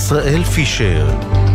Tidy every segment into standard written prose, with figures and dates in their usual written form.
ישראל פישר.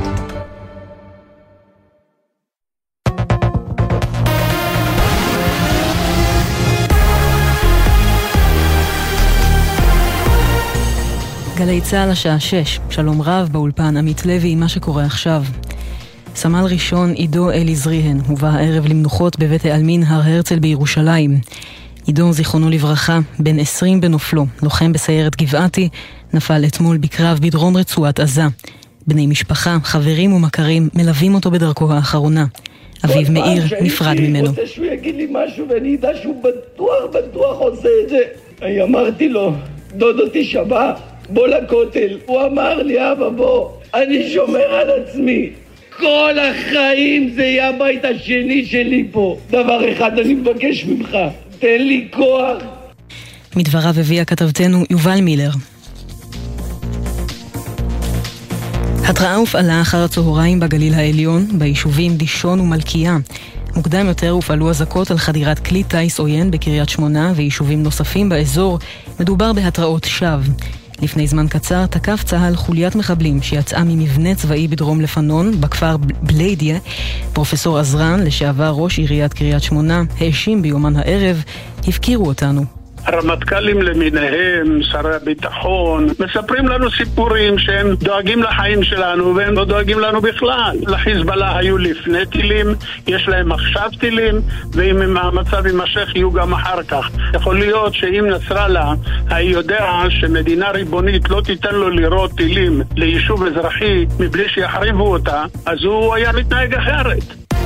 גלי צהל השעה 6, שלום רב באולפן עמית לוי עם מה שקורה עכשיו. סמל ראשון עידו אלי זריהן הובא הערב למנוחות בבית העלמין הר הרצל בירושלים. עידו זיכרונו לברכה, בן 20 בנופלו, לוחם בסיירת גבעתי, נפל אתמול בקרב בדרום רצועת עזה. בני משפחה, חברים ומכרים מלווים אותו בדרכו האחרונה. אביו מאיר נפרד ממנו. אני רוצה שהוא יגיד לי משהו ואני ידע שהוא בטוח עושה את זה. אני אמרתי לו, דודו תשבע, בוא לכותל. הוא אמר לי, אבא בוא, אני שומר על עצמי. כל החיים זה יהיה הבית השני שלי פה. דבר אחד אני מבקש ממך, תן לי כוח. מדבריו הביאה כתבתנו יובל מילר. התראה הופעלה אחר הצהריים בגליל העליון, ביישובים דישון ומלכיה. מוקדם יותר הופעלו אזעקות על חדירת כלי טייס עוין בקריית שמונה ויישובים נוספים באזור. מדובר בהתראות שווא. לפני זמן קצר תקף צהל חוליית מחבלים שיצאה ממבנה צבאי בדרום לפנון, בכפר בליידיה. פרופסור עזרן, לשעבר ראש עיריית קריית שמונה, האשים ביומן הערב, הפקירו אותנו. הרמטכ"לים למיניהם, שרי הביטחון, מספרים לנו סיפורים שהם דואגים לחיים שלנו והם לא דואגים לנו בכלל. לחיזבאללה היו לפני טילים, יש להם עכשיו טילים, ואם המצב יימשך יהיו גם אחר כך. יכול להיות שאם נסראללה יודע שמדינה ריבונית לא תיתן לו לירות טילים ליישוב אזרחי מבלי שיחריבו אותה, אז הוא היה מתנהג אחרת.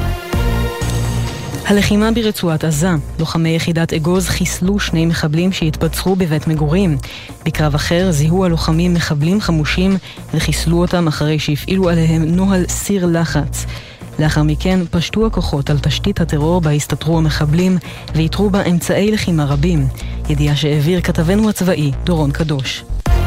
הלחימה ברצועת עזה. לוחמי יחידת אגוז חיסלו 2 מחבלים שהתבצרו בבית מגורים. בקרב אחר זיהו הלוחמים מחבלים חמושים וחיסלו אותם אחרי שהפעילו עליהם נוהל סיר לחץ. לאחר מכן פשטו הכוחות על תשתית הטרור בה הסתתרו המחבלים ויתרו בה אמצעי לחימה רבים. ידיעה שהעביר כתבנו הצבאי דורון קדוש.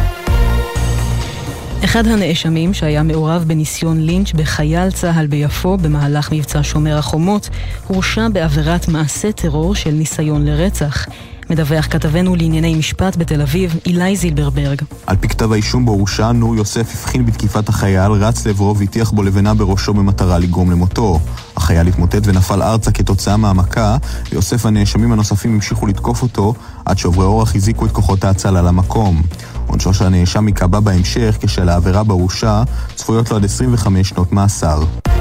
אחד הנאשמים שהיה מעורב בניסיון לינץ' בחייל צהל ביפו במהלך מבצע שומר החומות הורשע בעבירת מעשה טרור של ניסיון לרצח. מדווח כתבנו לענייני משפט בתל אביב, אילי זילברברג. על פי כתב האישום בו הורשע, נור יוסף הבחין בתקיפת החייל, רץ לעברו והטיח בו לבנה בראשו במטרה לגרום למותו. החייל התמוטט ונפל ארצה כתוצאה מהמכה, ויוסף והנאשמים הנוספים המשיכו לתקוף אותו עד שעוברי אורח הזיקו את כוחות ההצלה למקום. עונשו של הנאשם ייקבע בהמשך כשל העבירה בהורשע צפויות לו עד 25 שנות מאסר.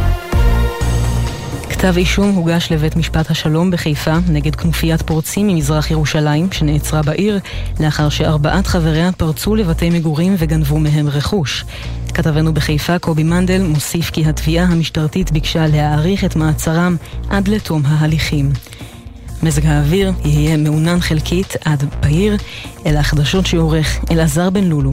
כתב אישום הוגש לבית משפט השלום בחיפה נגד כנופיית פורצים ממזרח ירושלים שנעצרה בעיר לאחר ש4 חבריה פרצו לבתי מגורים וגנבו מהם רכוש. כתבנו בחיפה קובי מנדל מוסיף כי התביעה המשטרתית ביקשה להאריך את מעצרם עד לתום ההליכים. מזג האוויר יהיה מעונן חלקית עד בהיר. אלה החדשות שעורך אלעזר בן לולו.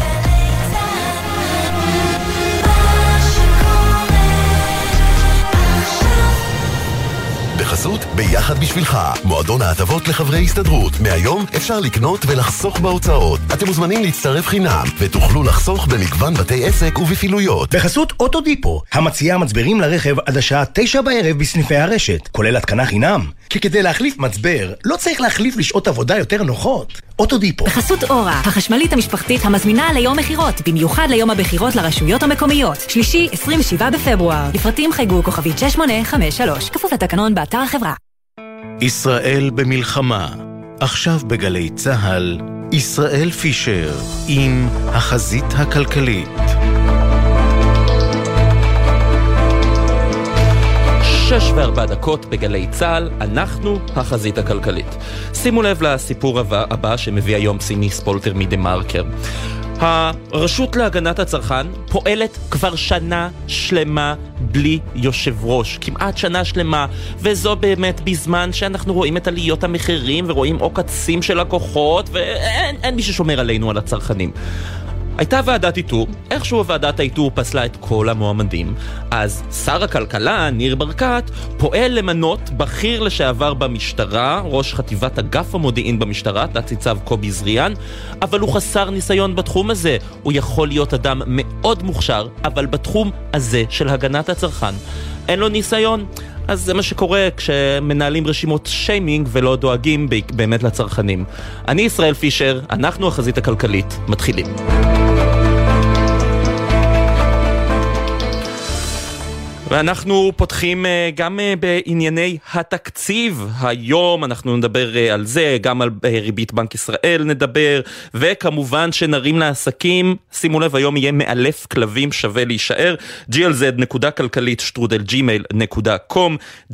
בחסות ביחד בשבילך, מועדון ההטבות לחברי הסתדרות. מהיום אפשר לקנות ולחסוך בהוצאות. אתם מוזמנים להצטרף חינם ותוכלו לחסוך במגוון בתי עסק ובפעילויות. בחסות אוטודיפו, המציעה מצברים לרכב עד השעה 9 בערב בסניפי הרשת, כולל התקנה חינם. כי כדי להחליף מצבר לא צריך להחליף לשעות עבודה יותר נוחות. אוטודיפו. בחסות אורה, החשמלית המשפחתית המזמינה ליום מחירות, במיוחד ליום הבחירות לרשויות המקומיות, שלישי 27 בפברואר. לפרטים חייגו כוכבית 6853, כפוף לתקנון באתר החברה. ישראל במלחמה. עכשיו בגלי צהל, ישראל פישר עם החזית הכלכלית. 6:04 בגלי צהל, אנחנו החזית הכלכלית. שימו לב לסיפור הבא שמביא היום סימי ספולטר מדמרקר. הרשות להגנת הצרכן פועלת כבר שנה שלמה בלי יושב ראש, כמעט שנה שלמה, וזו באמת בזמן שאנחנו רואים את עליות המחירים ורואים עוקצים של לקוחות, ואין מי ששומר עלינו, על הצרכנים. הייתה ועדת איתור, איכשהו ועדת האיתור פסלה את כל המועמדים, אז שר הכלכלה, ניר ברקת, פועל למנות בכיר לשעבר במשטרה, ראש חטיבת אגף המודיעין במשטרה, תת-ניצב קובי זריהן, אבל הוא חסר ניסיון בתחום הזה. הוא יכול להיות אדם מאוד מוכשר, אבל בתחום הזה של הגנת הצרכן אין לו ניסיון. אז זה מה שקורה כשמנהלים רשימות שיימינג ולא דואגים באמת לצרכנים. אני ישראל פישר, אנחנו החזית הכלכלית, מתחילים. ואנחנו פותחים גם בענייני התקציב. היום אנחנו נדבר על זה, גם על ריבית בנק ישראל נדבר, וכמובן שנרים לעסקים. שימו לב, היום יהיה מאלף כלבים שווה להישאר. glz.כלכלית@gmail.com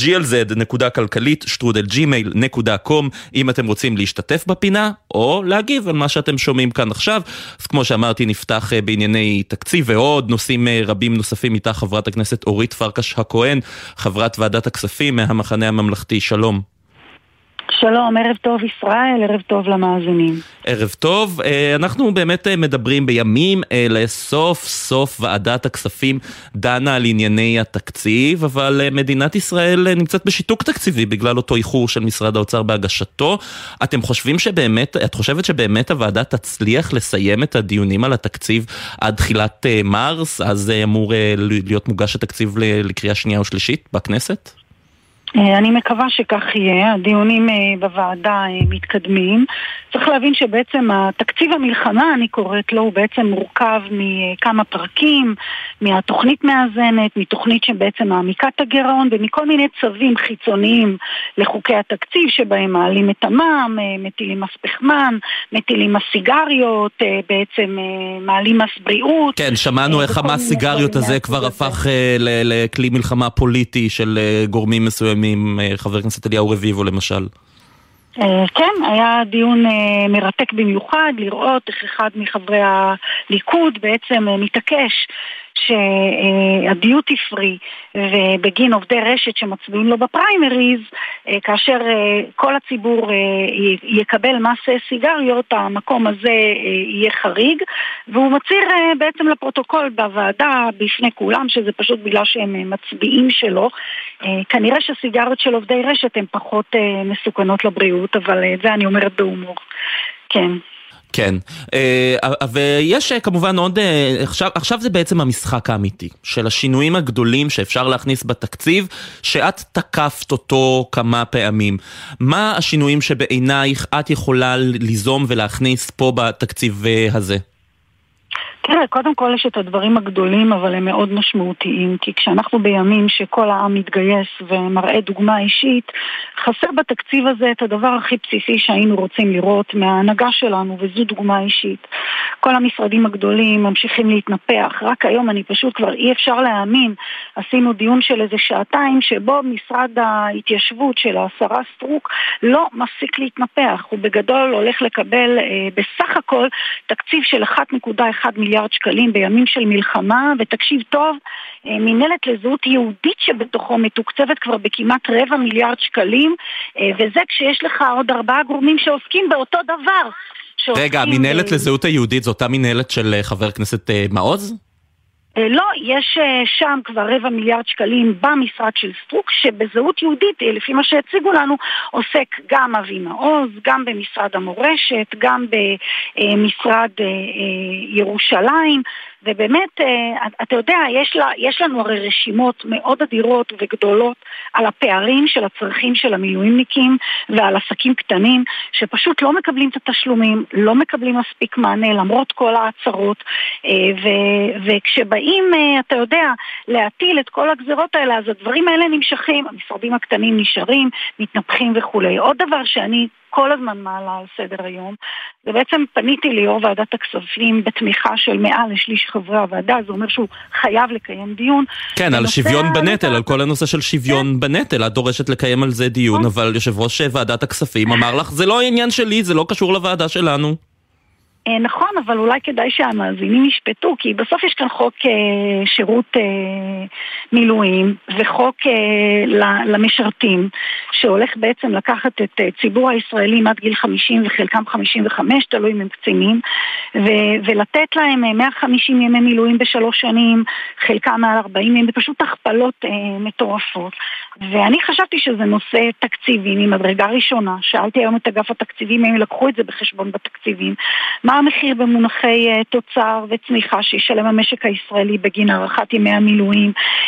glz.כלכלית@gmail.com אם אתם רוצים להשתתף בפינה או להגיב על מה שאתם שומעים כאן עכשיו. אז כמו שאמרתי, נפתח בענייני תקציב ועוד נושאים רבים נוספים איתה חברת הכנסת אורית פרקש הכהן, חברת ועדת הכספים מהמחנה הממלכתי. שלום. שלום, ערב טוב ישראל, ערב טוב למאזינים. ערב טוב. אנחנו באמת מדברים בימים אלה, סוף סוף ועדת הכספים דנה על ענייני התקציב, אבל מדינת ישראל נמצאת בשיתוק תקציבי בגלל אותו איחור של משרד האוצר בהגשתו. את חושבת שבאמת הוועדה תצליח לסיים את הדיונים על התקציב עד תחילת מרס, אז אמור להיות מוגש התקציב לקריאה שנייה או שלישית בכנסת? אני מקווה שכך יהיה. הדיונים בוועדה מתקדמים. צריך להבין שבעצם התקציב המלחמה, אני קוראת לו, הוא בעצם מורכב מכמה פרקים, מהתוכנית מאזנת, מתוכנית שבעצם מעמיקה את הגירעון, ומכל מיני צווים חיצוניים לחוקי התקציב, שבהם מעלים את המע"מ, מטילים מס פחמן, מטילים מס סיגריות, בעצם מעלים מס בריאות. כן, שמענו איך המס סיגריות הזה כבר הפך לכלי מלחמה פוליטי של גורמים מסוימים. חבר הכנסת אליהו רביבו למשל. כן, היה דיון מרתק במיוחד לראות איך אחד מחברי הליכוד בעצם מתעקש שהדיוטי פרי ובגין עובדי רשת שמצביעים לו בפריימריז, כאשר כל הציבור יקבל מס סיגריות, המקום הזה יהיה חריג, והוא מצהיר בעצם לפרוטוקול בוועדה בפני כולם שזה פשוט בגלל שהם מצביעים שלו. כנראה שסיגריות של עובדי רשת הן פחות מסוכנות לבריאות, אבל זה אני אומרת בהומור. כן. כן, ויש כמובן עוד, עכשיו זה בעצם המשחק האמיתי של השינויים הגדולים שאפשר להכניס בתקציב, שאת תקפת אותו כמה פעמים. מה השינויים שבעינייך את יכולה ליזום ולהכניס פה בתקציב הזה? תראה, קודם כל יש את הדברים הגדולים, אבל הם מאוד משמעותיים, כי כשאנחנו בימים שכל העם מתגייס ומראה דוגמה אישית, חסר בתקציב הזה את הדבר הכי בסיסי שהיינו רוצים לראות מההנהגה שלנו, וזו דוגמה אישית. כל המשרדים הגדולים ממשיכים להתנפח, רק היום אני פשוט כבר אי אפשר להאמין, עשינו דיון של איזה שעתיים, שבו משרד ההתיישבות של השרה סטרוק לא מפסיק להתנפח, הוא בגדול הולך לקבל בסך הכל תקציב של 1.1 מיליארד שקלים בימים של מלחמה, ותקשיב טוב, מנהלת לזהות יהודית שבתוכו מתוקצבת כבר בכמעט 250 מיליון שקלים, וזה כשיש לך עוד 4 גורמים שעוסקים באותו דבר. רגע, המנהלת לזהות היהודית זו אותה מנהלת של חבר הכנסת מעוז? לא, יש שם כבר 250 מיליון שקלים במשרד של סטרוק, שבזהות יהודית, לפי מה שהציגו לנו, עוסק גם אבי מעוז, גם במשרד המורשת, גם במשרד ירושלים, ובאמת, אתה יודע, יש לנו הרי רשימות מאוד אדירות וגדולות על הפערים של הצרכים של המילואימניקים ועל עסקים קטנים שפשוט לא מקבלים את התשלומים, לא מקבלים מספיק מענה למרות כל ההצהרות, וכשבאים, אתה יודע, להטיל את כל הגזרות האלה, אז הדברים האלה נמשכים, המשרדים הקטנים נשארים, מתנפחים וכו'. עוד דבר שאני כל הזמן מעלה על סדר היום, ובעצם פניתי ליו"ר ועדת הכספים בתמיכה של מעל לשליש חברי הוועדה, זה אומר שהוא חייב לקיים דיון. כן, על שוויון בנטל, על כל הנושא של שוויון בנטל, את דורשת לקיים על זה דיון, אבל יושב ראש ועדת הכספים אמר לך, זה לא העניין שלי, זה לא קשור לוועדה שלנו. נכון, אבל אולי כדאי שהמאזינים ישפטו, כי בסוף יש כאן חוק שירות מילואים וחוק למשרתים, שהולך בעצם לקחת את ציבור הישראלים עד גיל 50 וחלקם 55, תלוי אם הם קצינים, ולתת להם 150 ימי מילואים ב3 שנים, חלקם מעל 40 ימים, בפשוט הכפלות מטורפות. ואני חשבתי שזה נושא תקציבי ממדרגה ראשונה. שאלתי היום את אגף התקציבים אם לקחו את זה בחשבון בתקציבים. מה מה המחיר במונחי תוצר וצמיחה שישלם המשק הישראלי בגין הערכת ימי המילואים,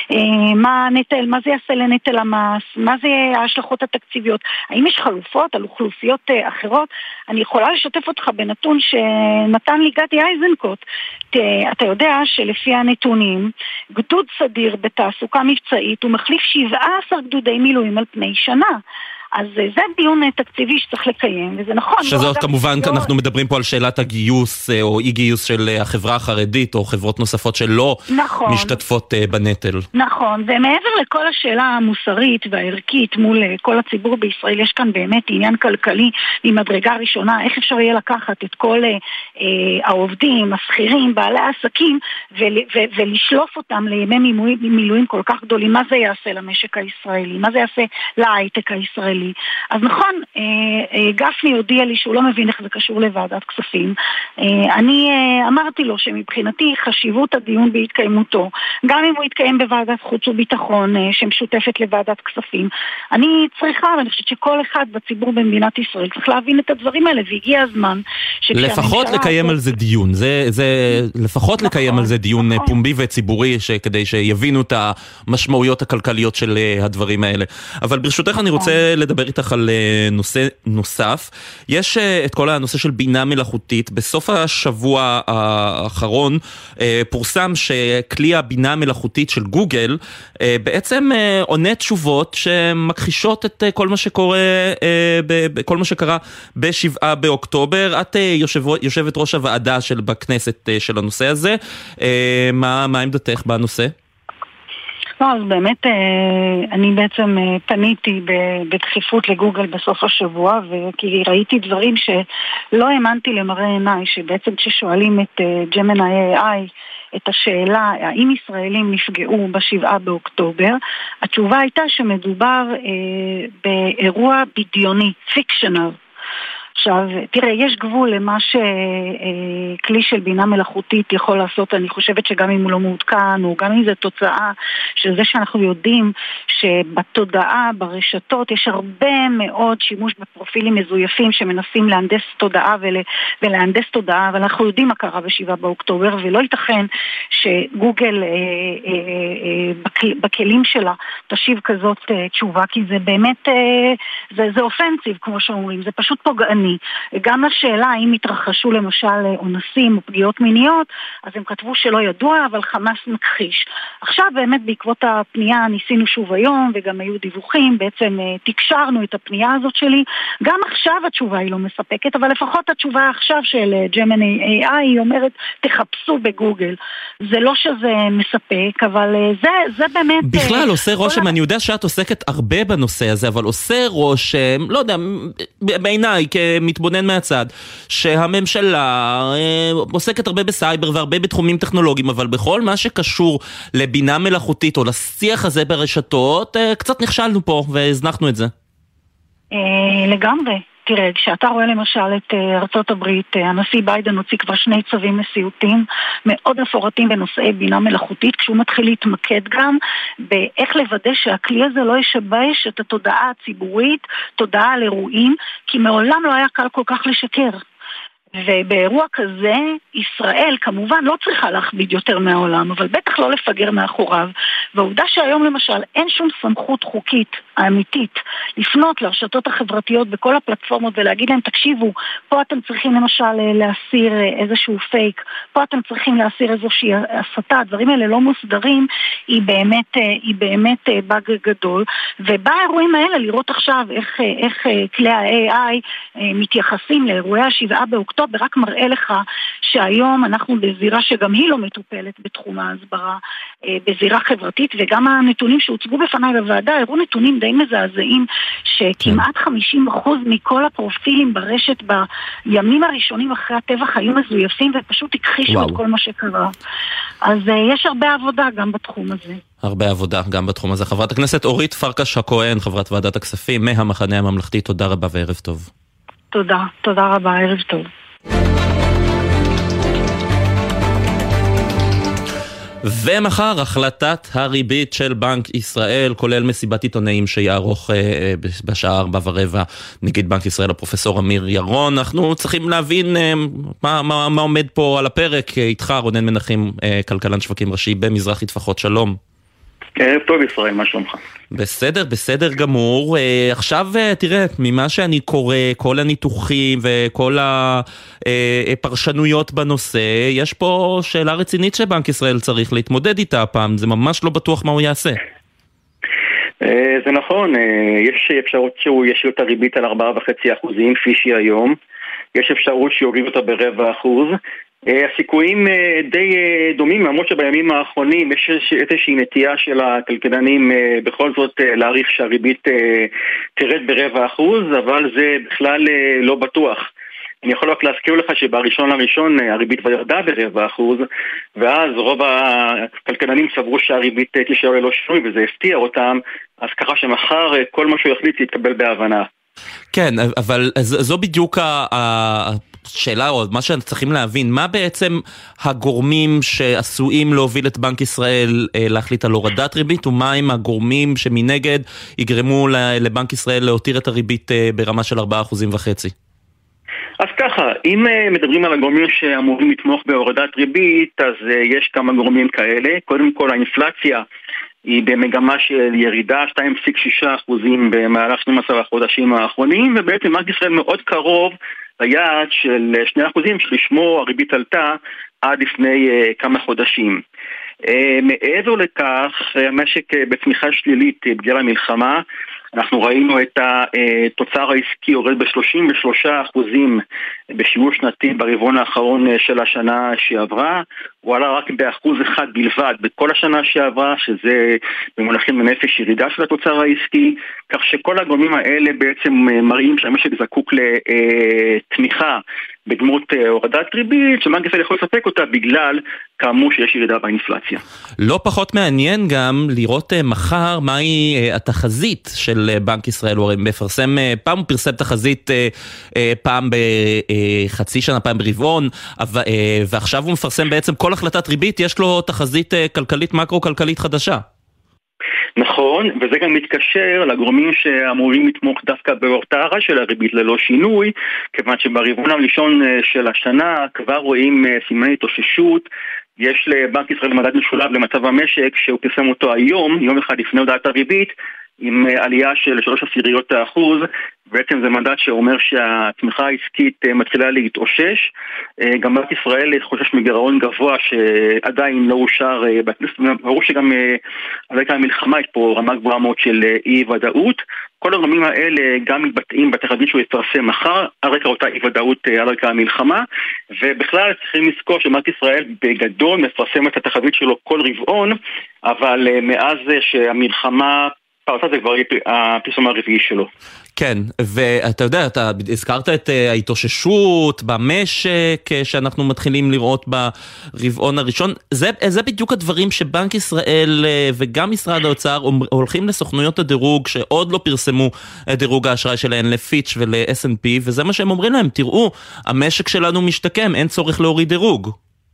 מה זה יעשה לנטל המס, מה זה ההשלכות התקציביות, האם יש חלופות על אוכלוסיות אחרות. אני יכולה לשתף אותך בנתון שנתן לי גדי איזנקוט. אתה יודע שלפי הנתונים, גדוד סדיר בתעסוקה מבצעית הוא מחליף 17 גדודי מילואים על פני שנה. אז זה דיון תקציבי שצריך לקיים, וזה נכון. שזאת כמובן, אנחנו מדברים פה על שאלת הגיוס או אי גיוס של החברה החרדית, או חברות נוספות שלא משתתפות בנטל. נכון, ומעבר לכל השאלה המוסרית והערכית מול כל הציבור בישראל, יש כאן באמת עניין כלכלי ממדרגה ראשונה, איך אפשר יהיה לקחת את כל העובדים, השכירים, בעלי העסקים, ולשלוף אותם לימי מילואים כל כך גדולים. מה זה יעשה למשק הישראלי? מה זה יעשה להייטק הישראלי? אז נכון, גפני הודיע לי שהוא לא מבין איך זה קשור לוועדת כספים. אני אמרתי לו שמבחינתי חשיבות הדיון בהתקיימותו, גם אם הוא יתקיים בוועדת חוץ וביטחון שמשותפת לוועדת כספים, אני צריכה, ואני חושבת שכל אחד בציבור במדינת ישראל צריך להבין את הדברים האלה, והגיע הזמן לפחות לקיים על זה דיון, לפחות לקיים על זה דיון פומבי וציבורי, כדי שיבינו את המשמעויות הכלכליות של הדברים האלה. אבל ברשותך אני רוצה לדבר איתך על נושא נוסף. יש את כל הנושא של בינה מלאכותית. בסוף השבוע האחרון פורסם שכלי הבינה המלאכותית של גוגל בעצם עונה תשובות שמכחישות את כל מה שקורה, כל מה שקרה ב7 באוקטובר. את יושבת ראש הוועדה בכנסת של הנושא הזה. מה עמדתך בנושא? לא, אז באמת אני בעצם פניתי בדחיפות לגוגל בסוף השבוע, כי ראיתי דברים שלא האמנתי למראה עיניי, שבעצם כששואלים את ג'מיני AI את השאלה האם ישראלים נפגעו ב7 באוקטובר, התשובה הייתה שמדובר באירוע בדיוני, פיקשנל. עכשיו, תראה, יש גבול למה שכלי של בינה מלאכותית יכול לעשות. אני חושבת שגם אם הוא לא מעודכן, או גם אם זה תוצאה של זה שאנחנו יודעים שבתודעה, ברשתות, יש הרבה מאוד שימוש בפרופילים מזויפים שמנסים להנדס תודעה ולהנדס תודעה, אבל אנחנו יודעים מה קרה ב7 באוקטובר, ולא ייתכן שגוגל בכלים שלה תשיב כזאת תשובה, כי זה באמת, זה אופנסיב, כמו שאומרים, זה פשוט פוגעני. גם לשאלה האם התרחשו למשל אונסים או פגיעות מיניות, אז הם כתבו שלא ידוע, אבל חמאס מכחיש. עכשיו באמת בעקבות הפנייה ניסינו שוב היום, וגם היו דיווחים, בעצם תקשרנו את הפנייה הזאת שלי. גם עכשיו התשובה היא לא מספקת, אבל לפחות התשובה עכשיו של ג'מיני AI היא אומרת, תחפשו בגוגל. זה לא שזה מספק, אבל זה באמת... בכלל עושה רושם, אני יודע שאת עוסקת הרבה בנושא הזה, אבל עושה רושם, לא יודע, בעיניי כמתבונן מהצד, שהממשלה עוסקת הרבה בסייבר והרבה בתחומים טכנולוגיים, אבל בכל מה שקשור לבינה מלאכותית או לשיח הזה ברשתות, קצת נכשלנו פה והזנחנו את זה. לגמרי. תראה, כשאתה רואה למשל את ארצות הברית, הנשיא ביידן הוציא כבר 2 צווים נשיאותיים מאוד מפורטים בנושאי בינה מלאכותית, כשהוא מתחיל להתמקד גם באיך לוודא שהכלי הזה לא ישבש את התודעה הציבורית, תודעה על אירועים, כי מעולם לא היה קל כל כך לשקר. ובאירוע כזה, ישראל כמובן לא צריכה להכביד יותר מהעולם, אבל בטח לא לפגר מאחוריו. והעובדה שהיום למשל אין שום סמכות חוקית האמיתית לפנות לרשתות החברתיות בכל הפלטפורמות ולהגיד להם, תקשיבו, פה אתם צריכים למשל להסיר איזשהו פייק, פה אתם צריכים להסיר איזושהי הסתה, הדברים האלה לא מוסדרים, היא באמת באג גדול. ובאירועים האלה לראות עכשיו איך כלי ה-AI מתייחסים לאירועי 7 באוקטובר, רק מראה לך שהיום אנחנו בזירה שגם היא לא מטופלת בתחום ההסברה, בזירה חברתית, וגם הנתונים שהוצגו בפניי בוועדה הראו נתונים די מזעזעים, שכמעט 50% מכל הפרופילים ברשת בימים הראשונים אחרי הטבח היו מזויפים ופשוט הכחישו את כל מה שקרה. אז יש הרבה עבודה גם בתחום הזה. הרבה עבודה גם בתחום הזה. חברת הכנסת אורית פרקש הכהן, חברת ועדת הכספים מהמחנה הממלכתי, תודה רבה וערב טוב. תודה רבה, ערב טוב. ומחר החלטת הריבית של בנק ישראל, כולל מסיבת עיתונאים שיערוך בשעה 4:15 נגיד בנק ישראל הפרופסור אמיר ירון. אנחנו צריכים להבין מה עומד פה על הפרק. איתך רונן מנחם, כלכלן שווקים ראשי במזרחי טפחות, שלום. ערב טוב ישראל, מה שלומך? בסדר גמור. עכשיו תראה, ממה שאני קורא, כל הניתוחים וכל הפרשנויות בנושא, יש פה שאלה רצינית שבנק ישראל צריך להתמודד איתה הפעם, זה ממש לא בטוח מה הוא יעשה. זה נכון, יש אפשרות שהוא ישאיר את הריבית על 4.5% כפי שהיא היום, יש אפשרות שיוריד אותה ב0.25%, הסיכויים די דומים, למרות שבימים האחרונים יש איזושהי נטייה של הכלכלנים בכל זאת להעריך שהריבית תרד ב0.25%, אבל זה בכלל לא בטוח. אני יכול רק להזכיר לך שבראשון הריבית ירדה ב0.25%, ואז רוב הכלכלנים סברו שהריבית תישאר ללא שינוי, וזה הפתיע אותם, אז ככה שמחר כל מה שהוא יחליט יתקבל בהבנה. כן, אבל זו בדיוק השאלה, או מה שצריכים להבין, מה בעצם הגורמים שעשויים להוביל את בנק ישראל להחליט על הורדת ריבית, ומה הם הגורמים שמנגד יגרמו לבנק ישראל להותיר את הריבית ברמה של 4.5%? אז ככה, אם מדברים על הגורמים שאמורים לתמוך בהורדת ריבית, אז יש כמה גורמים כאלה. קודם כל, האינפלציה היא במגמה של ירידה 2.6% במהלך 12 החודשים האחרונים, ובעצם בנק ישראל מאוד קרוב ליעד של 2% שלשמו הריבית עלתה עד לפני כמה חודשים. מעבר לכך, המשק בצמיחה שלילית בגלל המלחמה, אנחנו ראינו את התוצר העסקי יורד ב-33% בשיעור שנתי ברבעון האחרון של השנה שעברה, הוא עלה רק ב1% בלבד בכל השנה שעברה, שזה במונחים לנפש ירידה של התוצר העסקי, כך שכל הגורמים האלה בעצם מראים שהמשק זקוק לתמיכה בדמות הורדת ריבית, שבנק ישראל יכול לספק אותה בגלל כאמור שיש ירידה באינפלציה. לא פחות מעניין גם לראות מחר מהי התחזית של בנק ישראל, הוא מפרסם, פעם הוא פרסם תחזית פעם בחצי שנה, פעם ברבעון, ועכשיו הוא מפרסם בעצם כל החלטת ריבית, יש לו תחזית כלכלית, מקרו-כלכלית חדשה. נכון, וזה גם מתקשר לגורמים שאמורים לתמוך דווקא בהורדה של הריבית ללא שינוי, כיוון שברבעון הראשון של השנה כבר רואים סימני התאוששות. יש לבנק ישראל מדד משולב למצב המשק שהוא פרסם אותו היום, יום אחד לפני הודעת הריבית, עם עלייה של 0.3%, בעצם זה מדד שאומר שהצמיחה העסקית מתחילה להתאושש. גם בנק ישראל חושש מגירעון גבוה שעדיין לא אושר בכנסת, ברור שגם על רקע המלחמה יש פה רמה גבוהה מאוד של אי-ודאות. כל הגורמים האלה גם מתבטאים בתחזית שהוא יפרסם מחר על רקע אותה אי-ודאות על רקע המלחמה, ובכלל צריכים לזכור שבנק ישראל בגדול מפרסם את התחזית שלו כל רבעון, אבל מאז שהמלחמה פרצה זה כבר הפרסום הרביעי שלו. כן, ואתה יודע, אתה הזכרת את ההתאוששות במשק שאנחנו מתחילים לראות ברבעון הראשון, זה בדיוק הדברים שבנק ישראל וגם משרד האוצר הולכים לסוכנויות הדירוג שעוד לא פרסמו את דירוג האשראי שלהן לפיץ' ול-S&P, וזה מה שהם אומרים להם, תראו, המשק שלנו משתקם, אין צורך להוריד דירוג.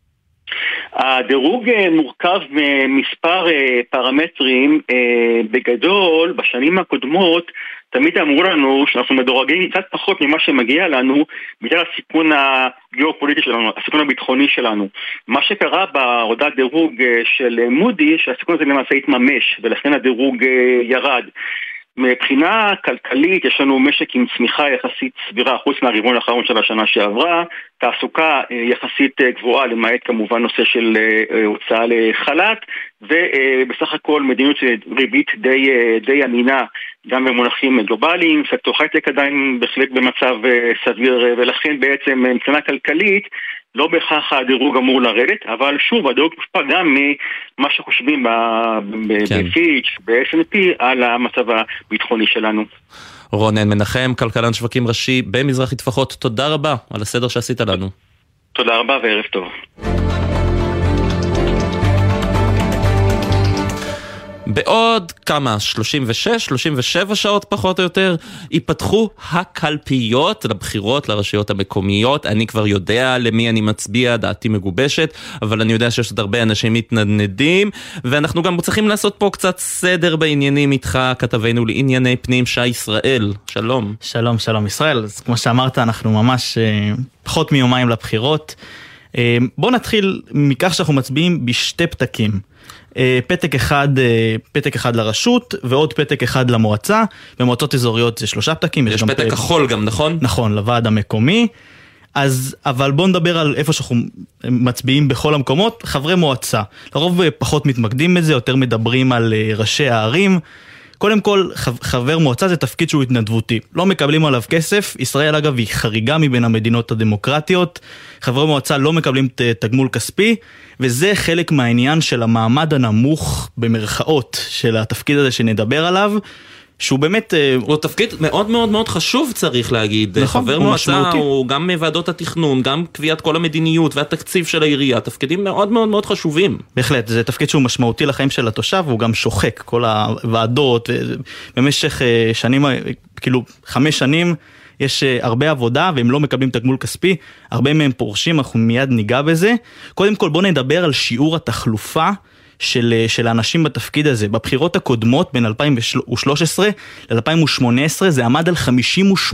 הדירוג מורכב ממספר פרמטרים. בגדול, בשנים הקודמות תמיד אמרו לנו שאנחנו מדורגים קצת פחות ממה שמגיע לנו בגלל הסיכון הגיאופוליטי שלנו, הסיכון הביטחוני שלנו. מה שקרה בהורדת דירוג של מודי, שהסיכון הזה למעשה התממש ולכן הדירוג ירד. מבחינה כלכלית יש לנו משק עם צמיחה יחסית סבירה חוץ מהרבעון האחרון של השנה שעברה, תעסוקה יחסית גבוהה למעט כמובן נושא של הוצאה לחל"ת, ובסך הכל מדיניות ריבית די אמינה גם במונחים גלובליים. סקטור הייטק עדיין בהחלט במצב סביר, ולכן בעצם מבחינה כלכלית לא בהכרח הדירוג אמור לרדת, אבל שוב, הדירוג מושפע גם ממה שחושבים בפיץ', ב-S&P על המצב הביטחוני שלנו. רונן מנחם, כלכלן שווקים ראשי במזרחי טפחות, תודה רבה על הסדר שעשית לנו. תודה רבה וערב טוב. בעוד כמה, 37 שעות פחות או יותר, ייפתחו הקלפיות לבחירות לרשויות המקומיות. אני כבר יודע למי אני מצביע, דעתי מגובשת, אבל אני יודע שיש עוד הרבה אנשים מתנדנדים, ואנחנו גם צריכים לעשות פה קצת סדר בעניינים איתך, כתבנו לענייני פנים, שי ישראל. שלום. שלום ישראל. אז כמו שאמרת, אנחנו ממש פחות מיומיים לבחירות. בוא נתחיל מכך שאנחנו מצביעים בשתי פתקים. פתק אחד לרשות ועוד פתק אחד למועצה. במועצות אזוריות זה 3 פתקים. יש פתק כחול גם, נכון? נכון, לוועד המקומי. אבל בוא נדבר על איפה שאנחנו מצביעים בכל המקומות. חברי מועצה, לרוב פחות מתמקדים בזה, יותר מדברים על ראשי הערים. קודם כל, חבר מועצה זה תפקיד שהוא התנדבותי. לא מקבלים עליו כסף. ישראל אגב היא חריגה מבין המדינות הדמוקרטיות. חברי מועצה לא מקבלים תגמול כספי, וזה חלק מהעניין של המעמד הנמוך במרכאות של התפקיד הזה שנדבר עליו, שהוא באמת... הוא תפקיד מאוד מאוד מאוד חשוב, צריך להגיד. נכון, חבר מועצה הוא גם מוועדות התכנון, גם קביעת כל המדיניות והתקציב של העירייה, תפקידים מאוד מאוד מאוד חשובים. בהחלט, זה תפקיד שהוא משמעותי לחיים של התושב, והוא גם שוחק כל הוועדות, במשך שנים, כאילו 5 שנים, יש הרבה עבודה והם לא מקבלים תגמול כספי, הרבה מהם פורשים, אנחנו מיד ניגע בזה. קודם כל בוא נדבר על שיעור התחלופה של האנשים בתפקיד הזה. בבחירות הקודמות בין 2013 ל-2018 זה עמד על 58%.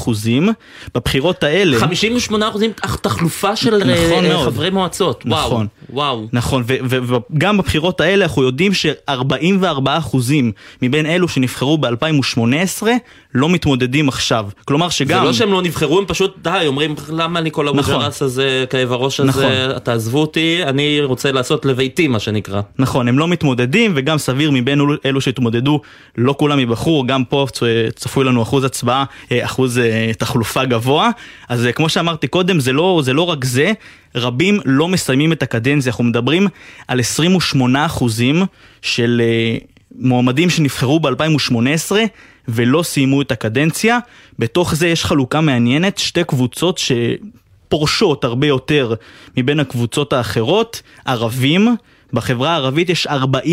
בבחירות האלה 58% תחלופה של חברי מועצות. נכון, וואו. נכון, וגם בבחירות האלה אנחנו יודעים ש44% מבין אלו שנבחרו ב-2018 לא מתמודדים עכשיו. כלומר שגם... זה לא שהם לא נבחרו, הם פשוט די, אומרים למה אני כל הוודרס הזה, כאב הראש הזה, תעזבו אותי, אני רוצה לעשות לביתי מה שנקרא. נכון, הם לא מתמודדים, וגם סביר מבין אלו שהתמודדו, לא כולם יבחרו, גם פה צפוי לנו אחוז הצבעה, אחוז תחלופה גבוה. אז כמו שאמרתי קודם, זה לא רק זה, רבים לא מסיימים את הקדנציה. אנחנו מדברים על 28% של מועמדים שנבחרו ב-2018 ולא סיימו את הקדנציה. בתוך זה יש חלוקה מעניינת, 2 קבוצות שפורשות הרבה יותר מבין הקבוצות האחרות, ערבים. בחברה הערבית יש 45%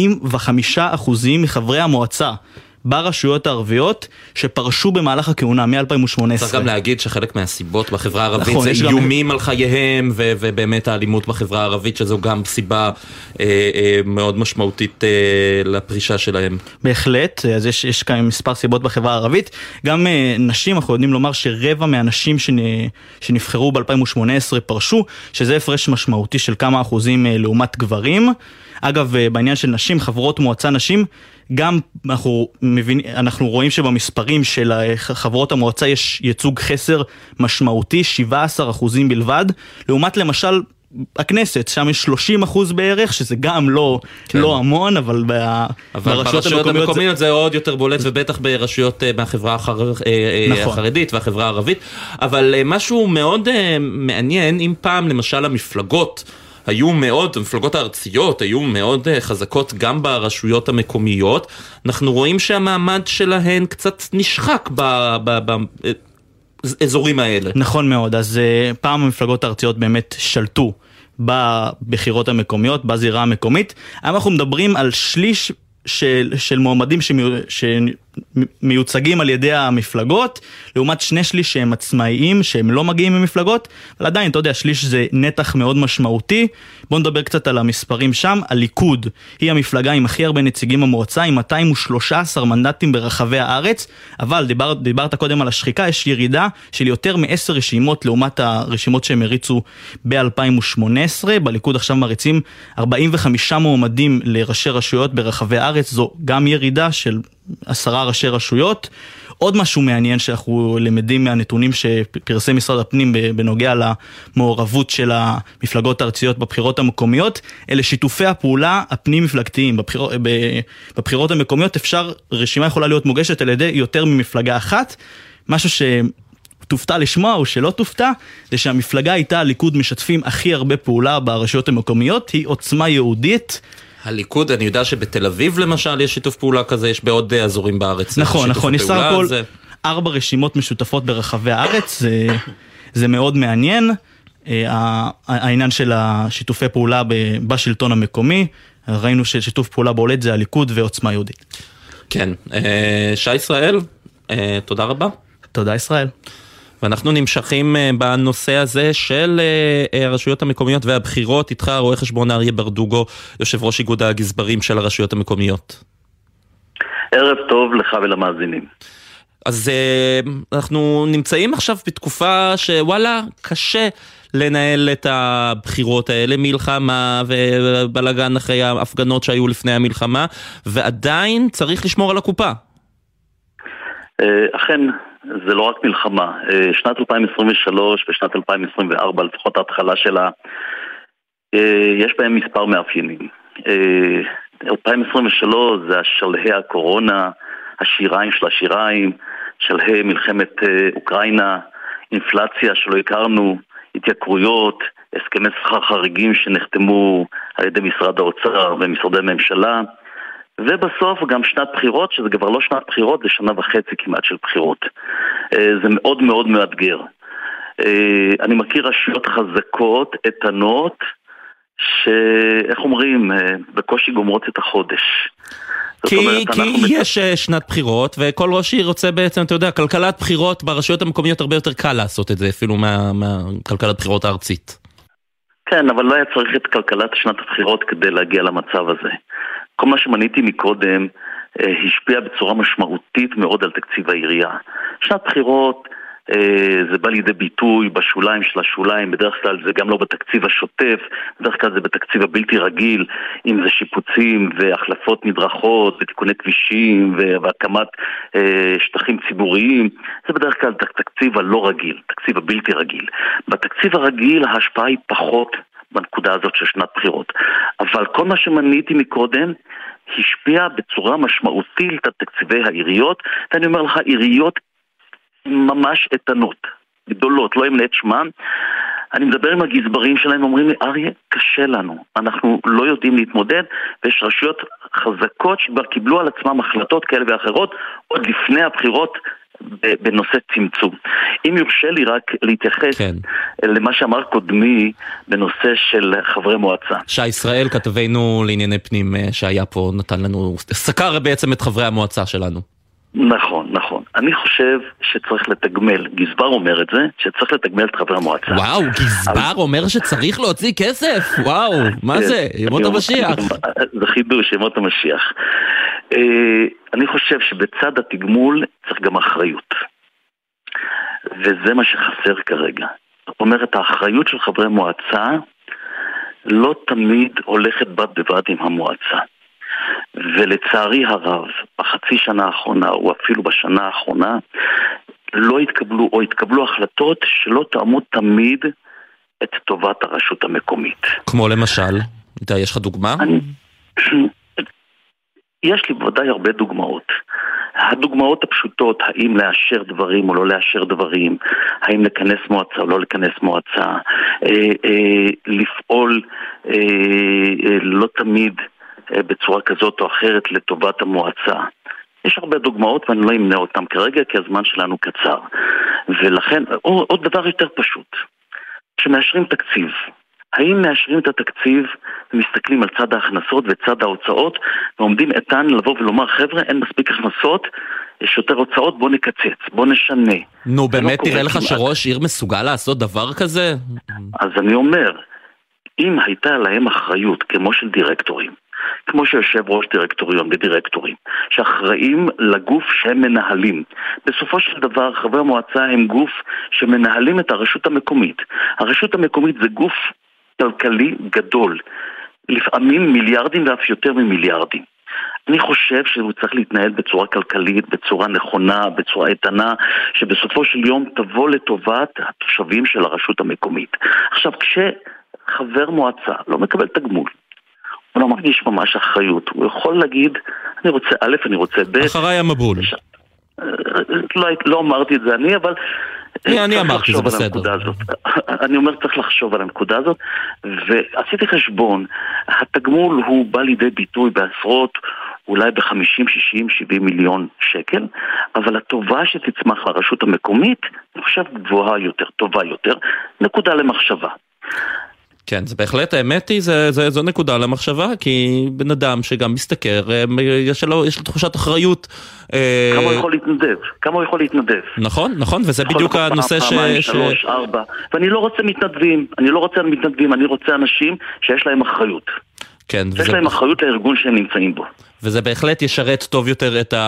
מחברי המועצה ברשויות הערביות שפרשו במהלך הכהונה מ-2018. צריך גם להגיד שחלק מהסיבות בחברה הערבית זה איומים על חייהם, ובאמת האלימות בחברה הערבית, שזו גם סיבה מאוד משמעותית לפרישה שלהם. בהחלט, אז יש כאן מספר סיבות בחברה הערבית. גם נשים, אנחנו יודעים לומר שרבע מהנשים שנבחרו ב-2018 פרשו, שזה הפרש משמעותי של כמה אחוזים לעומת גברים. אגב, בעניין של נשים, חברות מועצה נשים, גם אנחנו רואים שבמספרים של חברות המועצה יש ייצוג חסר משמעותי, 17% בלבד, לעומת למשל הכנסת, שם יש 30% בערך, שזה גם לא המון, אבל ברשויות המקומיות זה עוד יותר בולט, ובטח ברשויות מהחברה החרדית והחברה הערבית. אבל משהו מאוד מעניין, אם פעם למשל המפלגות המפלגות הארציות היו מאוד חזקות גם ברשויות המקומיות, אנחנו רואים שהמעמד שלהן קצת נשחק באזורים האלה. נכון מאוד, אז פעם המפלגות הארציות באמת שלטו בבחירות המקומיות, בזירה המקומית. היום אנחנו מדברים על שליש של מועמדים שמיוצגים על ידי המפלגות, לעומת 2/3 שהם עצמאיים, שהם לא מגיעים ממפלגות, אבל עדיין, אתה יודע, שליש זה נתח מאוד משמעותי. בואו נדבר קצת על המספרים שם. הליכוד היא המפלגה עם הכי הרבה נציגים במועצה, עם 213 מנדטים ברחבי הארץ, אבל דיברת קודם על השחיקה, יש ירידה של יותר מ10 רשימות לעומת הרשימות שהם הריצו ב-2018. בליכוד עכשיו מריצים 45 מועמדים לראשי רשויות ברחבי הארץ, זו גם ירידה של 10 ראשי רשויות. עוד משהו מעניין שאנחנו למדים מהנתונים שפרסם משרד הפנים בנוגע למעורבות של המפלגות הארציות בבחירות המקומיות, אלה שיתופי הפעולה הפנים מפלגתיים. בבחירות המקומיות רשימה יכולה להיות מוגשת על ידי יותר ממפלגה אחת. משהו שתופתע לשמוע או שלא תופתע, זה שהמפלגה איתה הליכוד משתפים הכי הרבה פעולה ברשויות המקומיות, היא עוצמה יהודית. הליכוד, אני יודע שבתל אביב למשל יש שיתוף פעולה כזה, יש בעוד אזורים בארץ. נכון, יש סך הכל 4 רשימות משותפות ברחבי הארץ, זה מאוד מעניין. העניין של השיתופי פעולה בשלטון המקומי, ראינו ששיתוף פעולה בולט זה הליכוד ועוצמה יהודית. כן, שי ישראל, תודה רבה. תודה ישראל. ואנחנו נמשכים בנושא הזה של הרשויות המקומיות והבחירות. איתך רואה חשבון אריה ברדוגו, יושב ראש איגוד הגזברים של הרשויות המקומיות. ערב טוב לך ולמאזינים. אז אנחנו נמצאים עכשיו בתקופה שוואלה, קשה לנהל את הבחירות האלה, מלחמה ובלגן אחרי ההפגנות שהיו לפני המלחמה, ועדיין צריך לשמור על הקופה. אכן, זה לא רק מלחמה. שנת 2023 ושנת 2024, לפחות ההתחלה שלה, יש בהם מספר מאפיינים. 2023 זה שלהי הקורונה, השיריים של השיריים, שלהי מלחמת אוקראינה, אינפלציה שלא הכרנו, התייקרויות, הסכמי שכר חריגים שנחתמו על ידי משרד האוצר ומשרדי ממשלה, ובסוף גם שנת בחירות, שזה כבר לא שנת בחירות, זה שנה וחצי כמעט של בחירות. זה מאוד מאוד מאתגר. אני מכיר רשויות חזקות, איתנות, שאיך אומרים, בקושי גומרות את החודש. כי יש שנת בחירות, וכל ראש עיר רוצה בעצם, אתה יודע, כלכלת בחירות ברשויות המקומיות הרבה יותר קל לעשות את זה, אפילו מהכלכלת בחירות הארצית. כן, אבל לא היה צריך את כלכלת שנת הבחירות כדי להגיע למצב הזה. כל מה שמניתי מקודם השפיע בצורה משמעותית מאוד על תקציב העירייה. שנת בחירות זה בא לידי ביטוי בשוליים של השוליים, בדרך כלל זה גם לא בתקציב השוטף, בדרך כלל זה בתקציב הבלתי רגיל, אם זה שיפוצים והחלפות מדרכות ותיקוני כבישים והקמת שטחים ציבוריים, זה בדרך כלל תקציב הלא רגיל, תקציב הבלתי רגיל. בתקציב הרגיל ההשפעה היא פחות בנקודה הזאת של שנת בחירות, אבל כל מה שמניתי מקודם השפיע בצורה משמעותית על תקציבי העיריות, ואני אומר לך, עיריות ממש איתנות, גדולות, לא אמנה את שמם. אני מדבר עם הגזברים שלהם, אומרים לי, אריה, קשה לנו, אנחנו לא יודעים להתמודד, ויש רשויות חזקות שכבר קיבלו על עצמם החלטות כאלה ואחרות, עוד לפני הבחירות בנושא צמצום. אם יורשה לי רק להתייחס למה שאמר קודמי בנושא של חברי מועצה. שי ישראל, כתבנו לענייני פנים שהיה פה, נתן לנו, סקר בעצם את חברי המועצה שלנו. נכון, נכון. אני חושב שצריך לתגמל, גזבר אומר את זה, שצריך לתגמל את חברי המועצה. וואו, גזבר אומר שצריך להוציא כסף? וואו, מה זה? ימות המשיח. זה חידוש, ימות המשיח. אני חושב שבצד התגמול צריך גם אחריות. וזה מה שחסר כרגע. זאת אומרת, האחריות של חברי מועצה לא תמיד הולכת בד בבד עם המועצה. ולצערי הרב, בחצי שנה האחרונה או אפילו בשנה האחרונה לא התקבלו או התקבלו החלטות שלא תאמו תמיד את טובת הרשות המקומית. כמו למשל, יש לך דוגמה? יש לי בוודאי הרבה דוגמאות. הדוגמאות הפשוטות, האם לאשר דברים או לא לאשר דברים, האם לכנס מועצה או לא לכנס מועצה, לפעול לא תמיד בצורה כזאת או אחרת לטובת המועצה. יש הרבה דוגמאות ואני לא אמנה אותם כרגע כי הזמן שלנו קצר. ולכן, עוד דבר יותר פשוט, שמאשרים תקציב. האם מאשרים את התקציב ומסתכלים על צד ההכנסות וצד ההוצאות ועומדים איתן לבוא ולומר, חבר'ה, אין מספיק הכנסות, יש יותר הוצאות, בוא נקצץ, בוא נשנה. נו, באמת תראה לך שראש עיר מסוגל לעשות דבר כזה? אז אני אומר, אם הייתה להם אחריות כמו של דירקטורים, כמו שיושב ראש דירקטוריון ודירקטורים, שאחראים לגוף שהם מנהלים. בסופו של דבר, חברי המועצה הם גוף שמנהלים את הרשות המקומית. הרשות המקומית זה גוף כלכלי גדול, לפעמים מיליארדים ואף יותר ממיליארדים. אני חושב שהוא צריך להתנהל בצורה כלכלית, בצורה נכונה, בצורה איתנה, שבסופו של יום תבוא לטובת התושבים של הרשות המקומית. עכשיו, כשחבר מועצה לא מקבל תגמול, הוא לא מרגיש ממש אחריות. הוא יכול להגיד, אני רוצה א', אני רוצה ב'. אחריי המבול. לא אמרתי את זה אני, אבל אני אמרתי, זה בסדר. אני אומר, צריך לחשוב על הנקודה הזאת, ועשיתי חשבון, התגמול הוא בא לידי ביטוי בעשרות אולי ב-50, 60, 70 מיליון שקל, אבל הטובה שתצמח לרשות המקומית, אני חושב גבוהה יותר, טובה יותר, נקודה למחשבה. כן, זה בהחלט, האמת היא, זו נקודה למחשבה, כי בן אדם שגם מסתכר, יש לו תחושת אחריות. כמה הוא יכול להתנדב? כמה הוא יכול להתנדב? נכון, נכון, וזה בדיוק הנושא פעמיים, 3, 4, ואני לא רוצה מתנדבים, אני רוצה אנשים שיש להם אחריות. כן, יש להם אחריות לארגון שהם נמצאים בו. וזה בהחלט ישרת טוב יותר את